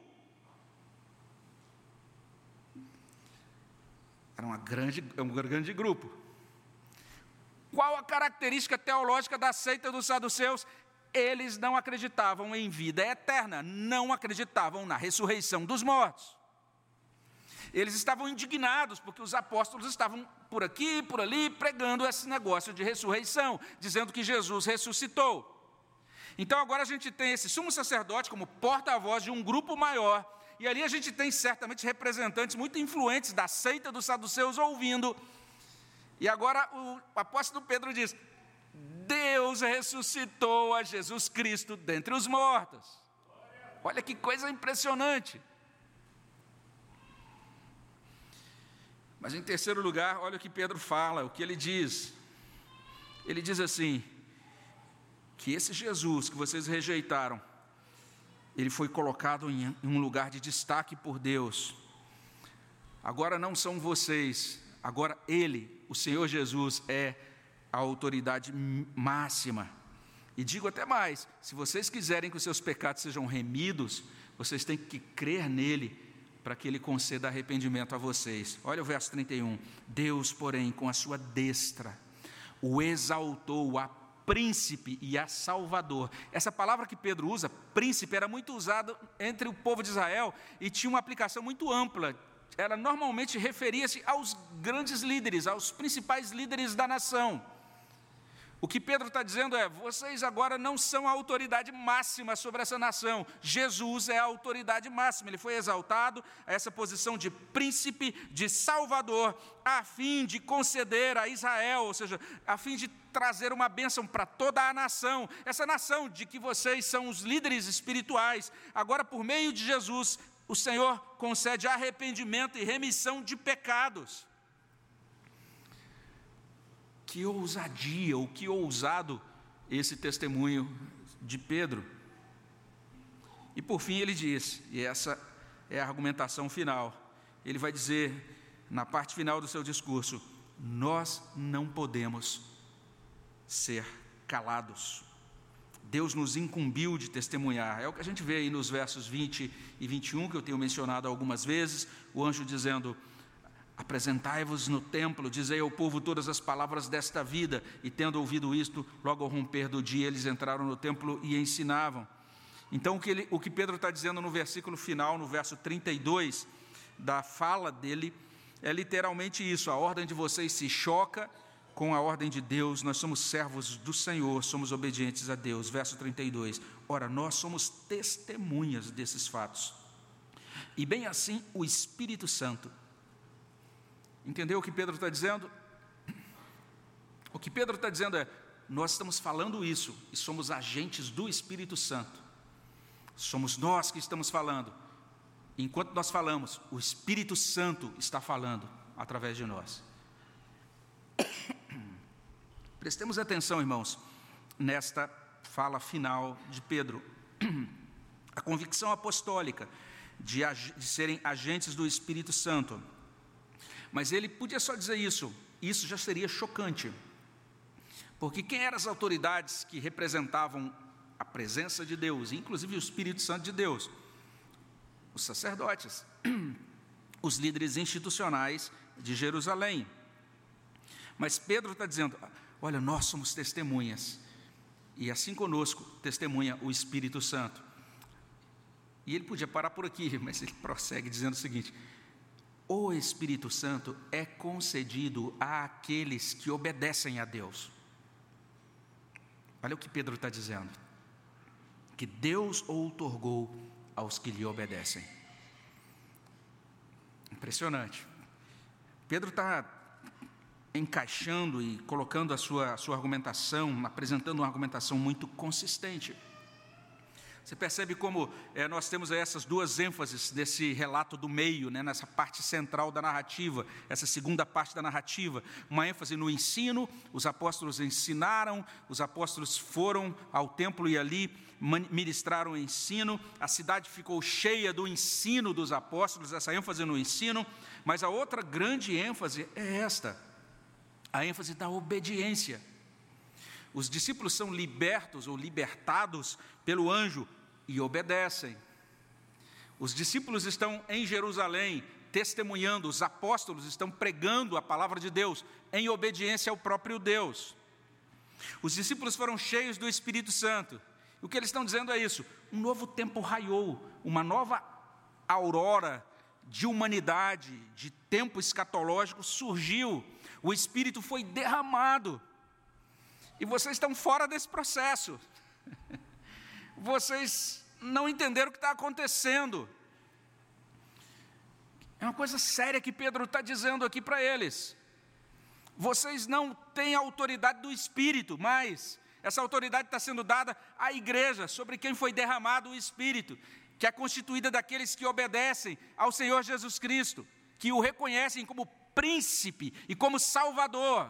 Era uma grande, um grande grupo. Qual a característica teológica da seita dos saduceus? Eles não acreditavam em vida eterna, não acreditavam na ressurreição dos mortos. Eles estavam indignados porque os apóstolos estavam por aqui e por ali pregando esse negócio de ressurreição, dizendo que Jesus ressuscitou. Então agora a gente tem esse sumo sacerdote como porta-voz de um grupo maior, e ali a gente tem certamente representantes muito influentes da seita dos saduceus ouvindo. E agora o apóstolo Pedro diz, Deus ressuscitou a Jesus Cristo dentre os mortos. Olha que coisa impressionante. Mas em terceiro lugar, olha o que Pedro fala, o que ele diz. Ele diz assim, que esse Jesus que vocês rejeitaram, ele foi colocado em um lugar de destaque por Deus. Agora não são vocês, agora Ele, o Senhor Jesus, é a autoridade máxima. E digo até mais, se vocês quiserem que os seus pecados sejam remidos, vocês têm que crer nele, para que ele conceda arrependimento a vocês. Olha o verso trinta e um. Deus, porém, com a sua destra, o exaltou a príncipe e a salvador. Essa palavra que Pedro usa, príncipe, era muito usada entre o povo de Israel e tinha uma aplicação muito ampla. Ela normalmente referia-se aos grandes líderes, aos principais líderes da nação. O que Pedro está dizendo é, vocês agora não são a autoridade máxima sobre essa nação. Jesus é a autoridade máxima. Ele foi exaltado a essa posição de príncipe, de salvador, a fim de conceder a Israel, ou seja, a fim de trazer uma bênção para toda a nação. Essa nação de que vocês são os líderes espirituais. Agora, por meio de Jesus, o Senhor concede arrependimento e remissão de pecados. Que ousadia, ou que ousado esse testemunho de Pedro. E por fim ele diz, e essa é a argumentação final, ele vai dizer, na parte final do seu discurso, nós não podemos ser calados. Deus nos incumbiu de testemunhar. É o que a gente vê aí nos versos vinte e vinte e um, que eu tenho mencionado algumas vezes, o anjo dizendo, apresentai-vos no templo, dizei ao povo todas as palavras desta vida, e tendo ouvido isto, logo ao romper do dia, eles entraram no templo e ensinavam. Então, o que, ele, o que Pedro está dizendo no versículo final, no verso trinta e dois, da fala dele, é literalmente isso, a ordem de vocês se choca com a ordem de Deus, nós somos servos do Senhor, somos obedientes a Deus. Verso trinta e dois, ora, nós somos testemunhas desses fatos, e bem assim o Espírito Santo. Entendeu o que Pedro está dizendo? O que Pedro está dizendo é, nós estamos falando isso, e somos agentes do Espírito Santo. Somos nós que estamos falando. Enquanto nós falamos, o Espírito Santo está falando através de nós. Prestemos atenção, irmãos, nesta fala final de Pedro. A convicção apostólica de, de serem agentes do Espírito Santo Mas ele podia só dizer isso, isso já seria chocante. Porque quem eram as autoridades que representavam a presença de Deus, inclusive o Espírito Santo de Deus? Os sacerdotes, os líderes institucionais de Jerusalém. Mas Pedro está dizendo, olha, nós somos testemunhas, e assim conosco testemunha o Espírito Santo. E ele podia parar por aqui, mas ele prossegue dizendo o seguinte: o Espírito Santo é concedido àqueles que obedecem a Deus. Olha o que Pedro está dizendo, que Deus o outorgou aos que lhe obedecem. Impressionante. Pedro está encaixando e colocando a sua, a sua argumentação, apresentando uma argumentação muito consistente. Você percebe como é, nós temos aí essas duas ênfases desse relato do meio, né, nessa parte central da narrativa, essa segunda parte da narrativa, uma ênfase no ensino. Os apóstolos ensinaram, os apóstolos foram ao templo e ali ministraram o ensino, a cidade ficou cheia do ensino dos apóstolos, essa ênfase no ensino. Mas a outra grande ênfase é esta, a ênfase da obediência. Os discípulos são libertos ou libertados pelo anjo e obedecem. Os discípulos estão em Jerusalém testemunhando, os apóstolos estão pregando a palavra de Deus em obediência ao próprio Deus. Os discípulos foram cheios do Espírito Santo. O que eles estão dizendo é isso: um novo tempo raiou, uma nova aurora de humanidade, de tempo escatológico surgiu. O Espírito foi derramado. E vocês estão fora desse processo. Vocês não entenderam o que está acontecendo. É uma coisa séria que Pedro está dizendo aqui para eles. Vocês não têm a autoridade do Espírito, mas essa autoridade está sendo dada à igreja, sobre quem foi derramado o Espírito, que é constituída daqueles que obedecem ao Senhor Jesus Cristo, que o reconhecem como príncipe e como salvador.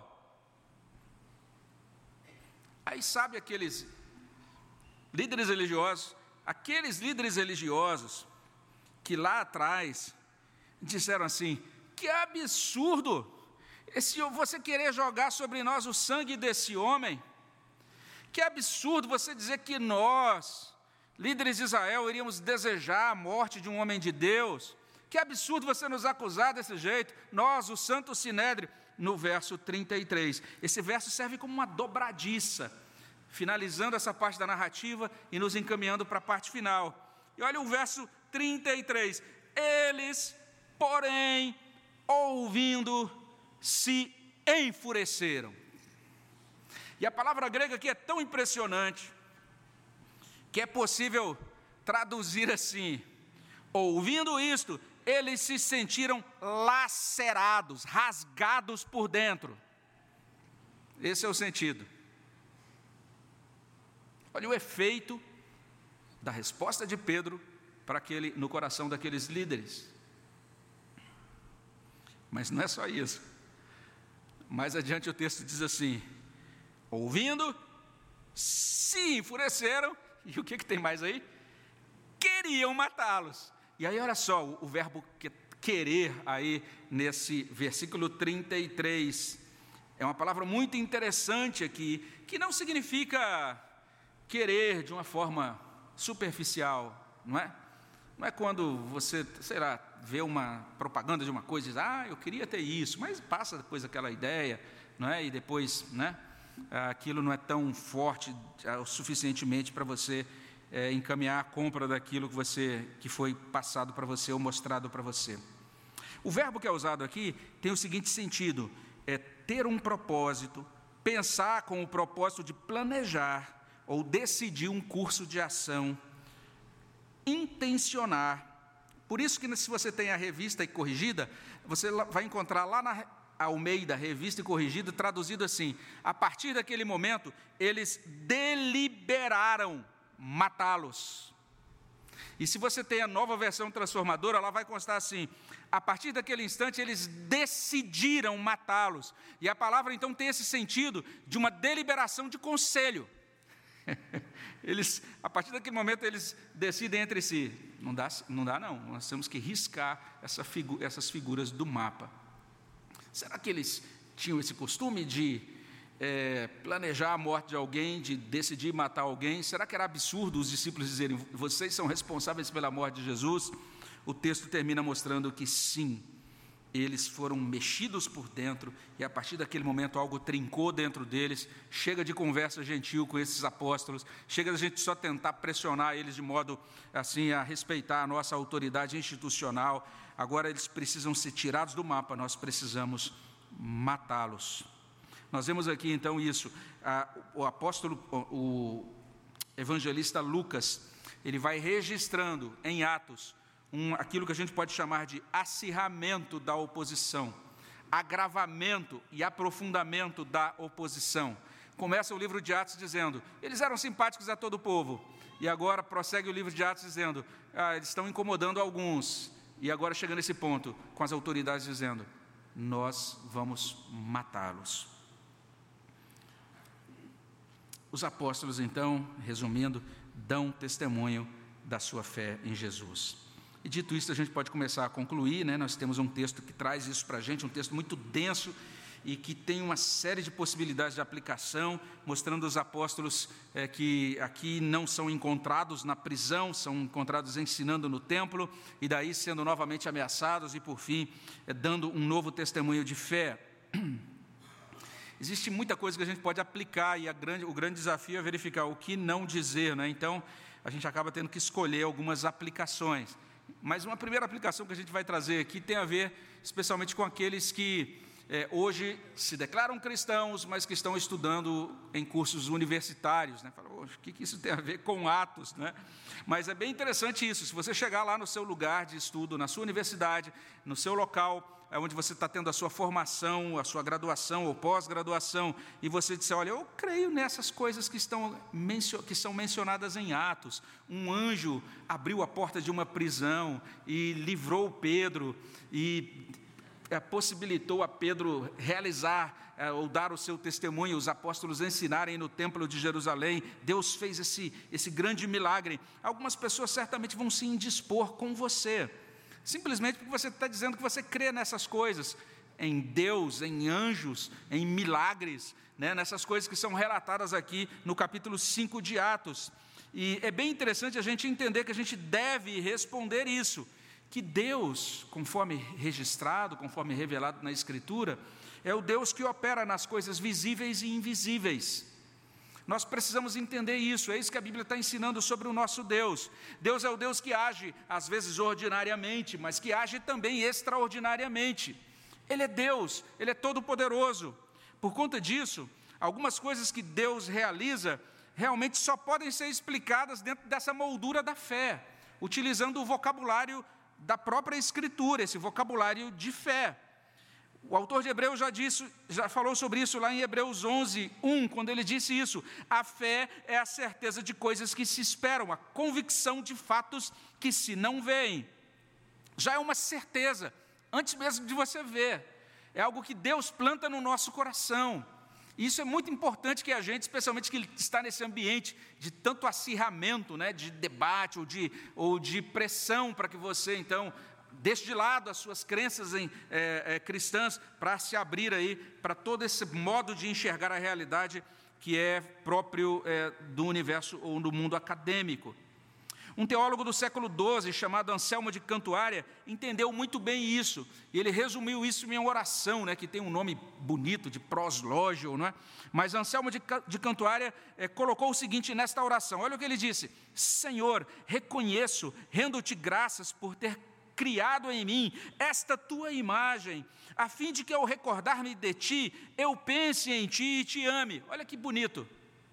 Aí sabe aqueles líderes religiosos, aqueles líderes religiosos que lá atrás disseram assim: que absurdo, esse, você querer jogar sobre nós o sangue desse homem, que absurdo você dizer que nós, líderes de Israel, iríamos desejar a morte de um homem de Deus, que absurdo você nos acusar desse jeito, nós, o Santo Sinédrio. No verso trinta e três, esse verso serve como uma dobradiça, finalizando essa parte da narrativa e nos encaminhando para a parte final. E olha o verso trinta e três, eles, porém, ouvindo, se enfureceram. E a palavra grega aqui é tão impressionante, que é possível traduzir assim: ouvindo isto, eles se sentiram lacerados, rasgados por dentro. Esse é o sentido. Olha o efeito da resposta de Pedro para aquele, no coração daqueles líderes. Mas não é só isso. Mais adiante o texto diz assim: ouvindo, se enfureceram, e o que, que tem mais aí? Queriam matá-los. E aí olha só, o, o verbo que, querer aí nesse versículo trinta e três, é uma palavra muito interessante aqui, que não significa querer de uma forma superficial, não é? Não é quando você, sei lá, vê uma propaganda de uma coisa e diz: ah, eu queria ter isso, mas passa depois aquela ideia, não é? E depois, né, aquilo não é tão forte o suficientemente para você é, encaminhar a compra daquilo que, você, que foi passado para você ou mostrado para você. O verbo que é usado aqui tem o seguinte sentido: é ter um propósito, pensar com o propósito de planejar ou decidir um curso de ação, intencionar. Por isso que se você tem a revista e corrigida, você vai encontrar lá na Almeida, revista e corrigida, traduzido assim: a partir daquele momento, eles deliberaram matá-los. E se você tem a nova versão transformadora, ela vai constar assim: a partir daquele instante, eles decidiram matá-los. E a palavra então tem esse sentido de uma deliberação de conselho. Eles, a partir daquele momento, eles decidem entre si: não dá, não dá não, nós temos que riscar essa figu, essas figuras do mapa. Será que eles tinham esse costume de é, planejar a morte de alguém, de decidir matar alguém? Será que era absurdo os discípulos dizerem, vocês são responsáveis pela morte de Jesus? O texto termina mostrando que sim, eles foram mexidos por dentro, e a partir daquele momento algo trincou dentro deles. Chega de conversa gentil com esses apóstolos, chega da gente só tentar pressionar eles de modo assim a respeitar a nossa autoridade institucional. Agora eles precisam ser tirados do mapa, nós precisamos matá-los. Nós vemos aqui então isso, o apóstolo, o evangelista Lucas, ele vai registrando em Atos, Um, aquilo que a gente pode chamar de acirramento da oposição, agravamento e aprofundamento da oposição. Começa o livro de Atos dizendo, eles eram simpáticos a todo o povo, e agora prossegue o livro de Atos dizendo, ah, eles estão incomodando alguns, e agora chega nesse ponto, com as autoridades dizendo, nós vamos matá-los. Os apóstolos então, resumindo, dão testemunho da sua fé em Jesus. E dito isso, a gente pode começar a concluir, né? Nós temos um texto que traz isso para a gente, um texto muito denso e que tem uma série de possibilidades de aplicação, mostrando os apóstolos é, que aqui não são encontrados na prisão, são encontrados ensinando no templo, e daí sendo novamente ameaçados e, por fim, é, dando um novo testemunho de fé. Existe muita coisa que a gente pode aplicar, e a grande, o grande desafio é verificar o que não dizer, né? Então, a gente acaba tendo que escolher algumas aplicações. Mas uma primeira aplicação que a gente vai trazer aqui tem a ver especialmente com aqueles que é, hoje se declaram cristãos, mas que estão estudando em cursos universitários, né? Fala, o que, que isso tem a ver com Atos, né? Mas é bem interessante isso, se você chegar lá no seu lugar de estudo, na sua universidade, no seu local, onde você está tendo a sua formação, a sua graduação ou pós-graduação, e você disser, olha, eu creio nessas coisas que, estão, que são mencionadas em Atos. Um anjo abriu a porta de uma prisão e livrou Pedro, e possibilitou a Pedro realizar ou dar o seu testemunho, os apóstolos ensinarem no templo de Jerusalém. Deus fez esse, esse grande milagre. Algumas pessoas certamente vão se indispor com você, simplesmente porque você está dizendo que você crê nessas coisas, em Deus, em anjos, em milagres, né? Nessas coisas que são relatadas aqui no capítulo cinco de Atos. E é bem interessante a gente entender que a gente deve responder isso, que Deus, conforme registrado, conforme revelado na Escritura, é o Deus que opera nas coisas visíveis e invisíveis. Nós precisamos entender isso, é isso que a Bíblia está ensinando sobre o nosso Deus. Deus é o Deus que age, às vezes ordinariamente, mas que age também extraordinariamente. Ele é Deus, Ele é todo-poderoso. Por conta disso, algumas coisas que Deus realiza, realmente só podem ser explicadas dentro dessa moldura da fé, utilizando o vocabulário da própria Escritura, esse vocabulário de fé. O autor de Hebreus já, disse, já falou sobre isso lá em Hebreus onze, um, quando ele disse isso. A fé é a certeza de coisas que se esperam, a convicção de fatos que se não veem. Já é uma certeza, antes mesmo de você ver. É algo que Deus planta no nosso coração. E isso é muito importante que a gente, especialmente que está nesse ambiente de tanto acirramento, né, de debate ou de, ou de pressão para que você, então, deixe de lado as suas crenças em, é, é, cristãs para se abrir aí para todo esse modo de enxergar a realidade que é próprio é, do universo ou do mundo acadêmico. Um teólogo do século doze, chamado Anselmo de Cantuária, entendeu muito bem isso, e ele resumiu isso em uma oração, né, que tem um nome bonito, de proslógio, não é? Mas Anselmo de, de Cantuária é, colocou o seguinte nesta oração, olha o que ele disse: Senhor, reconheço, rendo-te graças por ter criado em mim esta tua imagem, a fim de que ao recordar-me de ti, eu pense em ti e te ame. Olha que bonito.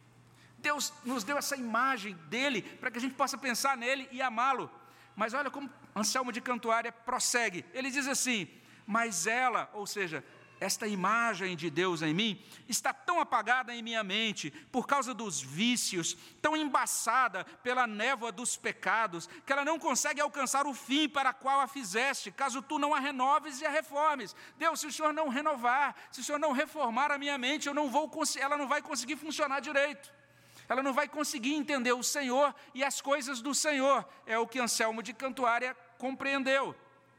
Deus nos deu essa imagem dele para que a gente possa pensar nele e amá-lo. Mas olha como Anselmo de Cantuária prossegue. Ele diz assim: mas ela, ou seja, esta imagem de Deus em mim, está tão apagada em minha mente, por causa dos vícios, tão embaçada pela névoa dos pecados, que ela não consegue alcançar o fim para qual a fizeste, caso tu não a renoves e a reformes. Deus, se o Senhor não renovar, se o Senhor não reformar a minha mente, eu não vou, ela não vai conseguir funcionar direito. Ela não vai conseguir entender o Senhor e as coisas do Senhor. É o que Anselmo de Cantuária compreendeu.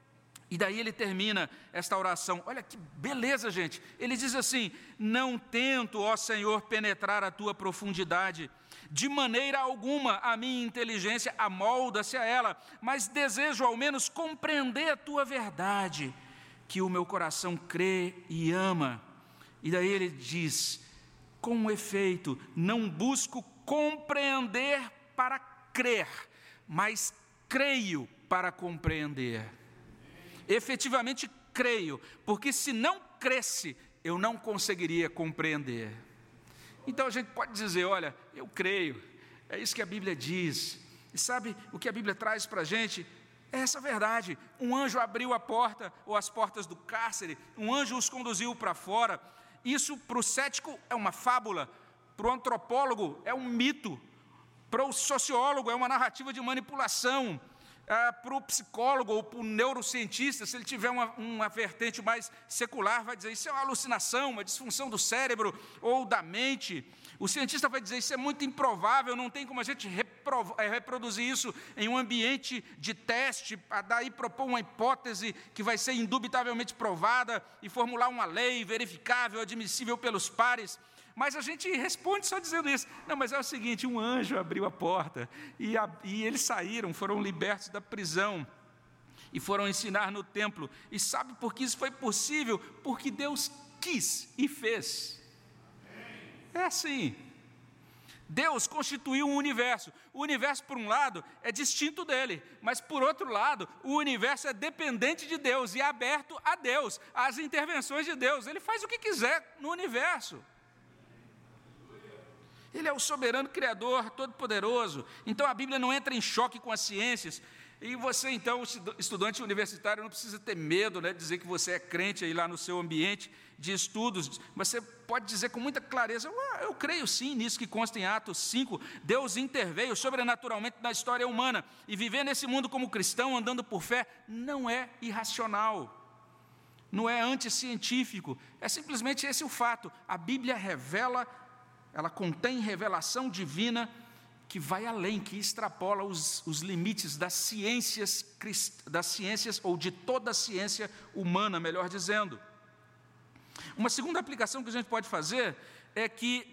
E daí ele termina esta oração. Olha que beleza, gente. Ele diz assim: não tento, ó Senhor, penetrar a tua profundidade. De maneira alguma a minha inteligência amolda-se a ela, mas desejo ao menos compreender a tua verdade, que o meu coração crê e ama. E daí ele diz: com efeito, não busco compreender para crer, mas creio para compreender. Efetivamente creio, porque se não cresce, eu não conseguiria compreender. Então a gente pode dizer: olha, eu creio, é isso que a Bíblia diz. E sabe o que a Bíblia traz para a gente? É essa verdade. Um anjo abriu a porta, ou as portas do cárcere, um anjo os conduziu para fora. Isso para o cético é uma fábula, para o antropólogo é um mito, para o sociólogo é uma narrativa de manipulação. Ah, para o psicólogo ou para o neurocientista, se ele tiver uma, uma vertente mais secular, vai dizer: isso é uma alucinação, uma disfunção do cérebro ou da mente. O cientista vai dizer: isso é muito improvável, não tem como a gente repro, é, reproduzir isso em um ambiente de teste, a daí propor uma hipótese que vai ser indubitavelmente provada e formular uma lei verificável, admissível pelos pares. Mas a gente responde só dizendo isso. Não, mas é o seguinte: um anjo abriu a porta e, a, e eles saíram, foram libertos da prisão e foram ensinar no templo. E sabe por que isso foi possível? Porque Deus quis e fez. É assim. Deus constituiu um universo. O universo, por um lado, é distinto dele, mas, por outro lado, o universo é dependente de Deus e é aberto a Deus, às intervenções de Deus. Ele faz o que quiser no universo. Ele é o soberano criador, todo-poderoso. Então a Bíblia não entra em choque com as ciências. E você, então, estudante universitário, não precisa ter medo, né, de dizer que você é crente aí lá no seu ambiente de estudos. Você pode dizer com muita clareza: eu, eu creio sim nisso que consta em Atos cinco. Deus interveio sobrenaturalmente na história humana. E viver nesse mundo como cristão, andando por fé, não é irracional. Não é anticientífico. É simplesmente esse o fato. A Bíblia revela, ela contém revelação divina que vai além, que extrapola os, os limites das ciências, das ciências, ou de toda a ciência humana, melhor dizendo. Uma segunda aplicação que a gente pode fazer é que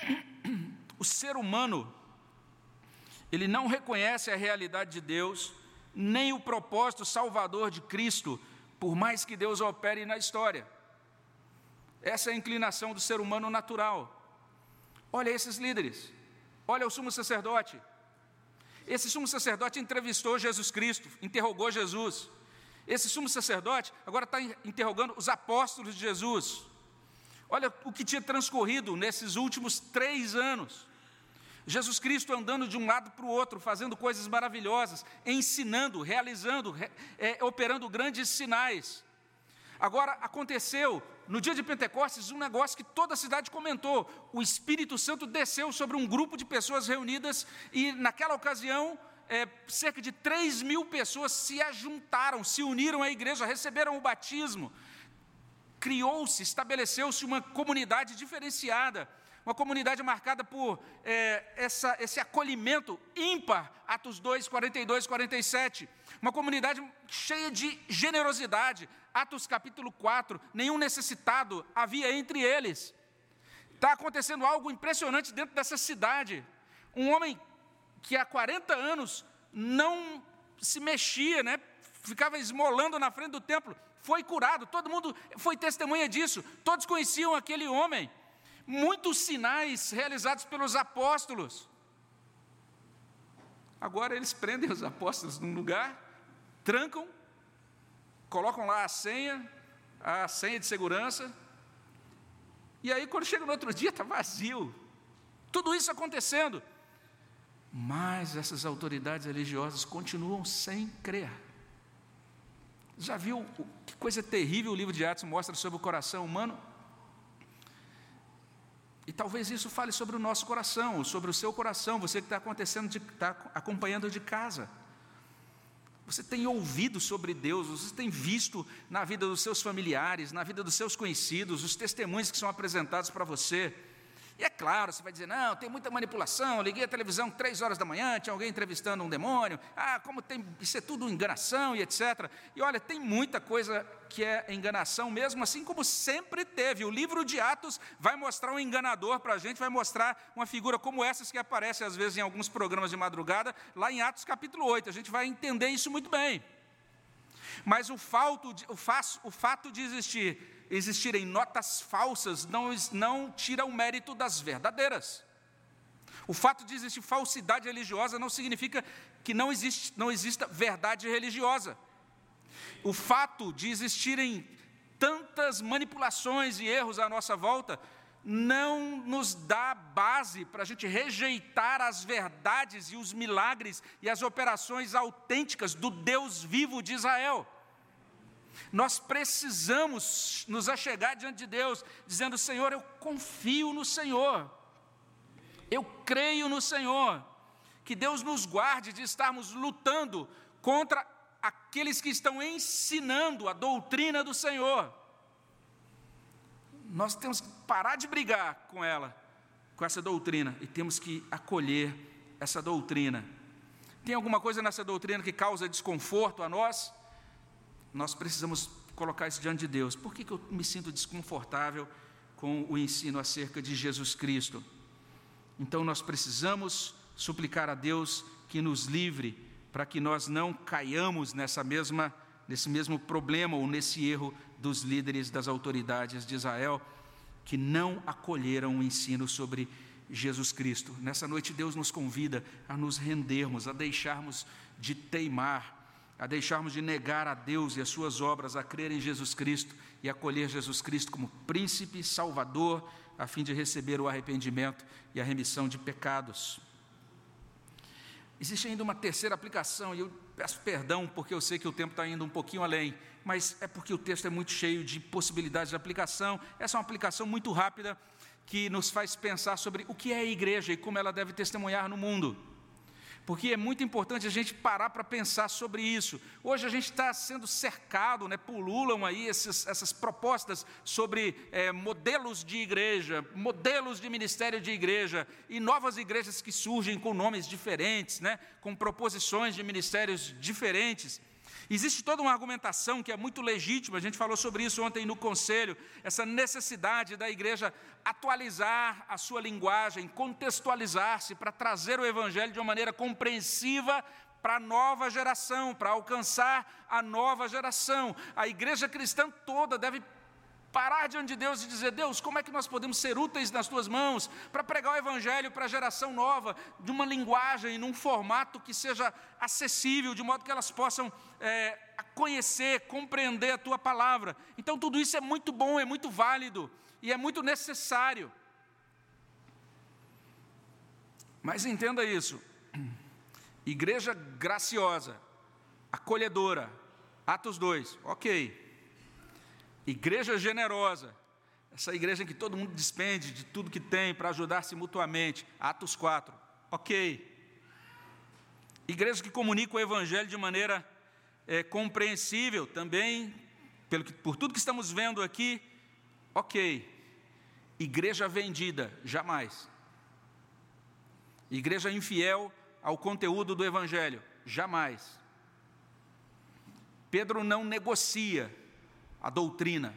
o ser humano, ele não reconhece a realidade de Deus, nem o propósito salvador de Cristo, por mais que Deus opere na história. Essa é a inclinação do ser humano natural. Olha esses líderes, olha o sumo sacerdote. Esse sumo sacerdote entrevistou Jesus Cristo, interrogou Jesus. Esse sumo sacerdote agora está interrogando os apóstolos de Jesus. Olha o que tinha transcorrido nesses últimos três anos. Jesus Cristo andando de um lado para o outro, fazendo coisas maravilhosas, ensinando, realizando, é, operando grandes sinais. Agora aconteceu, no dia de Pentecostes, um negócio que toda a cidade comentou. O Espírito Santo desceu sobre um grupo de pessoas reunidas e, naquela ocasião, é, cerca de três mil pessoas se ajuntaram, se uniram à igreja, receberam o batismo. Criou-se, estabeleceu-se uma comunidade diferenciada, uma comunidade marcada por é, essa, esse acolhimento ímpar, Atos dois, quarenta e dois, quarenta e sete. Uma comunidade cheia de generosidade, Atos capítulo quatro, nenhum necessitado havia entre eles. Está acontecendo algo impressionante dentro dessa cidade. Um homem que há quarenta anos não se mexia, né? Ficava esmolando na frente do templo, foi curado, todo mundo foi testemunha disso, todos conheciam aquele homem. Muitos sinais realizados pelos apóstolos. Agora eles prendem os apóstolos num lugar, trancam, colocam lá a senha, a senha de segurança, e aí quando chega no outro dia está vazio. Tudo isso acontecendo. Mas essas autoridades religiosas continuam sem crer. Já viu que coisa terrível o livro de Atos mostra sobre o coração humano? E talvez isso fale sobre o nosso coração, sobre o seu coração, você que está acontecendo, de, está acompanhando de casa. Você tem ouvido sobre Deus, você tem visto na vida dos seus familiares, na vida dos seus conhecidos, os testemunhos que são apresentados para você. E é claro, você vai dizer, não, tem muita manipulação, liguei a televisão três horas da manhã, tinha alguém entrevistando um demônio, ah, como tem, isso é tudo enganação e etcétera. E olha, tem muita coisa que é enganação mesmo, assim como sempre teve. O livro de Atos vai mostrar um enganador para a gente, vai mostrar uma figura como essas que aparece às vezes em alguns programas de madrugada, lá em Atos capítulo oito, a gente vai entender isso muito bem. Mas o fato de, o faço, o fato de existir existirem notas falsas não, não tira o mérito das verdadeiras. O fato de existir falsidade religiosa não significa que não, existe, não exista verdade religiosa. O fato de existirem tantas manipulações e erros à nossa volta não nos dá base para a gente rejeitar as verdades e os milagres e as operações autênticas do Deus vivo de Israel. Nós precisamos nos achegar diante de Deus, dizendo, Senhor, eu confio no Senhor, eu creio no Senhor, que Deus nos guarde de estarmos lutando contra aqueles que estão ensinando a doutrina do Senhor. Nós temos que parar de brigar com ela, com essa doutrina, e temos que acolher essa doutrina. Tem alguma coisa nessa doutrina que causa desconforto a nós? Nós precisamos colocar isso diante de Deus. Por que que eu me sinto desconfortável com o ensino acerca de Jesus Cristo? Então nós precisamos suplicar a Deus que nos livre, para que nós não caiamos nessa mesma, nesse mesmo problema ou nesse erro dos líderes das autoridades de Israel, que não acolheram o ensino sobre Jesus Cristo. Nessa noite Deus nos convida a nos rendermos, a deixarmos de teimar, a deixarmos de negar a Deus e as suas obras, a crer em Jesus Cristo e acolher Jesus Cristo como príncipe, salvador, a fim de receber o arrependimento e a remissão de pecados. Existe ainda uma terceira aplicação, e eu peço perdão porque eu sei que o tempo está indo um pouquinho além, mas é porque o texto é muito cheio de possibilidades de aplicação. Essa é uma aplicação muito rápida que nos faz pensar sobre o que é a igreja e como ela deve testemunhar no mundo. Porque é muito importante a gente parar para pensar sobre isso. Hoje a gente está sendo cercado, né, pululam aí esses, essas propostas sobre é, modelos de igreja, modelos de ministério de igreja, e novas igrejas que surgem com nomes diferentes, né, com proposições de ministérios diferentes. Existe toda uma argumentação que é muito legítima, a gente falou sobre isso ontem no conselho, essa necessidade da igreja atualizar a sua linguagem, contextualizar-se para trazer o evangelho de uma maneira compreensiva para a nova geração, para alcançar a nova geração. A igreja cristã toda deve parar diante de Deus e dizer, Deus, como é que nós podemos ser úteis nas tuas mãos para pregar o evangelho para a geração nova, de uma linguagem, num formato que seja acessível, de modo que elas possam é, conhecer, compreender a tua palavra. Então tudo isso é muito bom, é muito válido e é muito necessário. Mas entenda isso, igreja graciosa, acolhedora, Atos dois, ok. Igreja generosa, essa igreja em que todo mundo despende de tudo que tem para ajudar-se mutuamente, Atos quatro, ok. Igreja que comunica o evangelho de maneira é, compreensível, também, pelo que, por tudo que estamos vendo aqui, ok. Igreja vendida, jamais. Igreja infiel ao conteúdo do evangelho, jamais. Pedro não negocia a doutrina,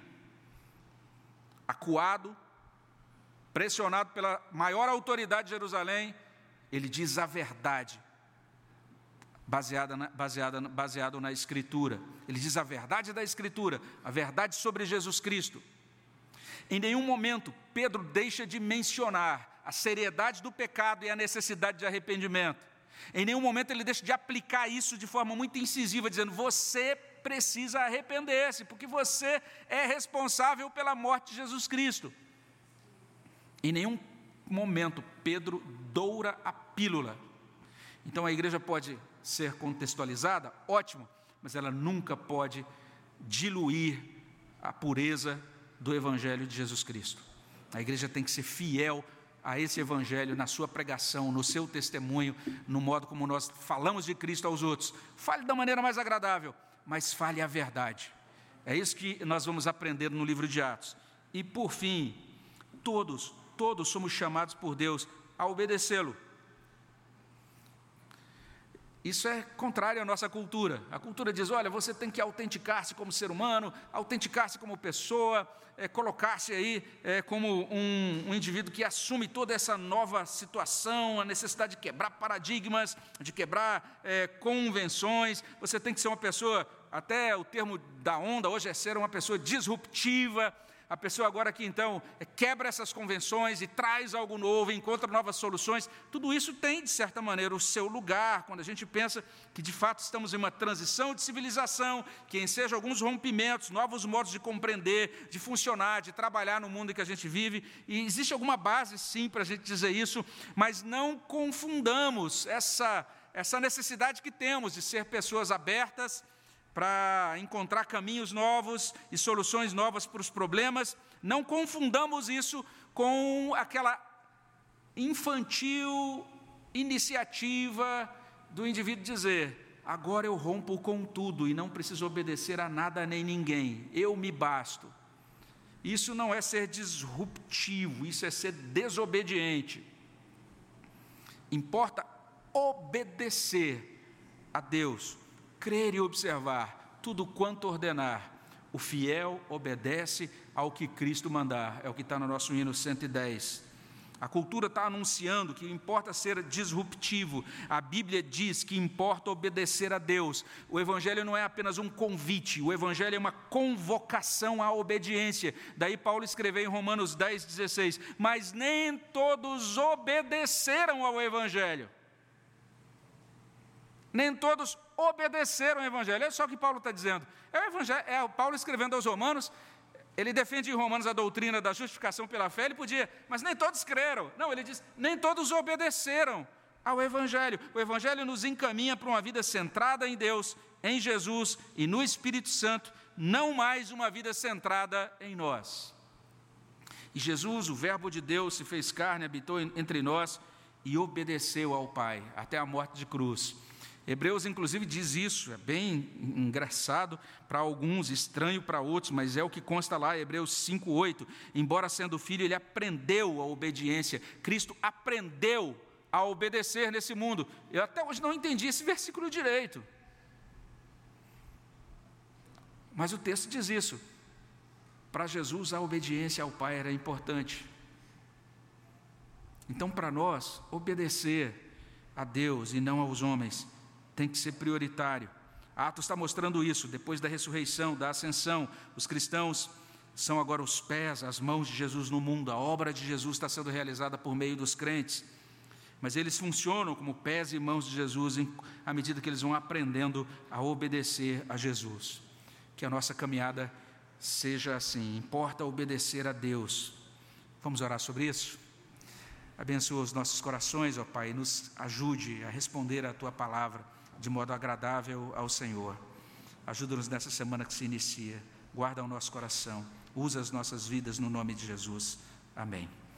acuado, pressionado pela maior autoridade de Jerusalém, ele diz a verdade, baseada na, baseada, baseado na Escritura. Ele diz a verdade da Escritura, a verdade sobre Jesus Cristo. Em nenhum momento Pedro deixa de mencionar a seriedade do pecado e a necessidade de arrependimento. Em nenhum momento ele deixa de aplicar isso de forma muito incisiva, dizendo, você precisa arrepender-se, porque você é responsável pela morte de Jesus Cristo. Em nenhum momento Pedro doura a pílula. Então a igreja pode ser contextualizada, ótimo, mas ela nunca pode diluir a pureza do evangelho de Jesus Cristo. A igreja tem que ser fiel a esse evangelho na sua pregação, no seu testemunho, no modo como nós falamos de Cristo aos outros. Fale da maneira mais agradável, mas fale a verdade. É isso que nós vamos aprender no livro de Atos. E por fim, todos, todos somos chamados por Deus a obedecê-lo. Isso é contrário à nossa cultura. A cultura diz, olha, você tem que autenticar-se como ser humano, autenticar-se como pessoa, é, colocar-se aí é, como um, um indivíduo que assume toda essa nova situação, a necessidade de quebrar paradigmas, de quebrar é, convenções. Você tem que ser uma pessoa, até o termo da onda hoje é ser uma pessoa disruptiva. A pessoa agora que então quebra essas convenções e traz algo novo, encontra novas soluções, tudo isso tem, de certa maneira, o seu lugar, quando a gente pensa que de fato estamos em uma transição de civilização, que ensejam alguns rompimentos, novos modos de compreender, de funcionar, de trabalhar no mundo em que a gente vive, e existe alguma base sim para a gente dizer isso, mas não confundamos essa, essa necessidade que temos de ser pessoas abertas, para encontrar caminhos novos e soluções novas para os problemas. Não confundamos isso com aquela infantil iniciativa do indivíduo dizer, agora eu rompo com tudo e não preciso obedecer a nada nem ninguém, eu me basto. Isso não é ser disruptivo, isso é ser desobediente. Importa obedecer a Deus, crer e observar tudo quanto ordenar. O fiel obedece ao que Cristo mandar. É o que está no nosso hino cento e dez. A cultura está anunciando que importa ser disruptivo. A Bíblia diz que importa obedecer a Deus. O Evangelho não é apenas um convite, o Evangelho é uma convocação à obediência. Daí Paulo escreveu em Romanos dez, dezesseis, mas nem todos obedeceram ao Evangelho. Nem todos obedeceram ao Evangelho. Olha só o que Paulo está dizendo. É o Evangelho, é o Paulo escrevendo aos Romanos, ele defende em Romanos a doutrina da justificação pela fé, ele podia, mas nem todos creram. Não, ele diz, nem todos obedeceram ao Evangelho. O Evangelho nos encaminha para uma vida centrada em Deus, em Jesus e no Espírito Santo, não mais uma vida centrada em nós. E Jesus, o Verbo de Deus, se fez carne, habitou entre nós e obedeceu ao Pai, até a morte de cruz. Hebreus, inclusive, diz isso, é bem engraçado para alguns, estranho para outros, mas é o que consta lá, Hebreus cinco, oito. Embora sendo filho, ele aprendeu a obediência. Cristo aprendeu a obedecer nesse mundo. Eu até hoje não entendi esse versículo direito. Mas o texto diz isso. Para Jesus, a obediência ao Pai era importante. Então, para nós, obedecer a Deus e não aos homens tem que ser prioritário. Atos está mostrando isso. Depois da ressurreição, da ascensão, os cristãos são agora os pés, as mãos de Jesus no mundo. A obra de Jesus está sendo realizada por meio dos crentes. Mas eles funcionam como pés e mãos de Jesus à medida que eles vão aprendendo a obedecer a Jesus. Que a nossa caminhada seja assim. Importa obedecer a Deus. Vamos orar sobre isso? Abençoa os nossos corações, ó Pai, e nos ajude a responder à Tua palavra de modo agradável ao Senhor. Ajuda-nos nessa semana que se inicia. Guarda o nosso coração. Usa as nossas vidas no nome de Jesus. Amém.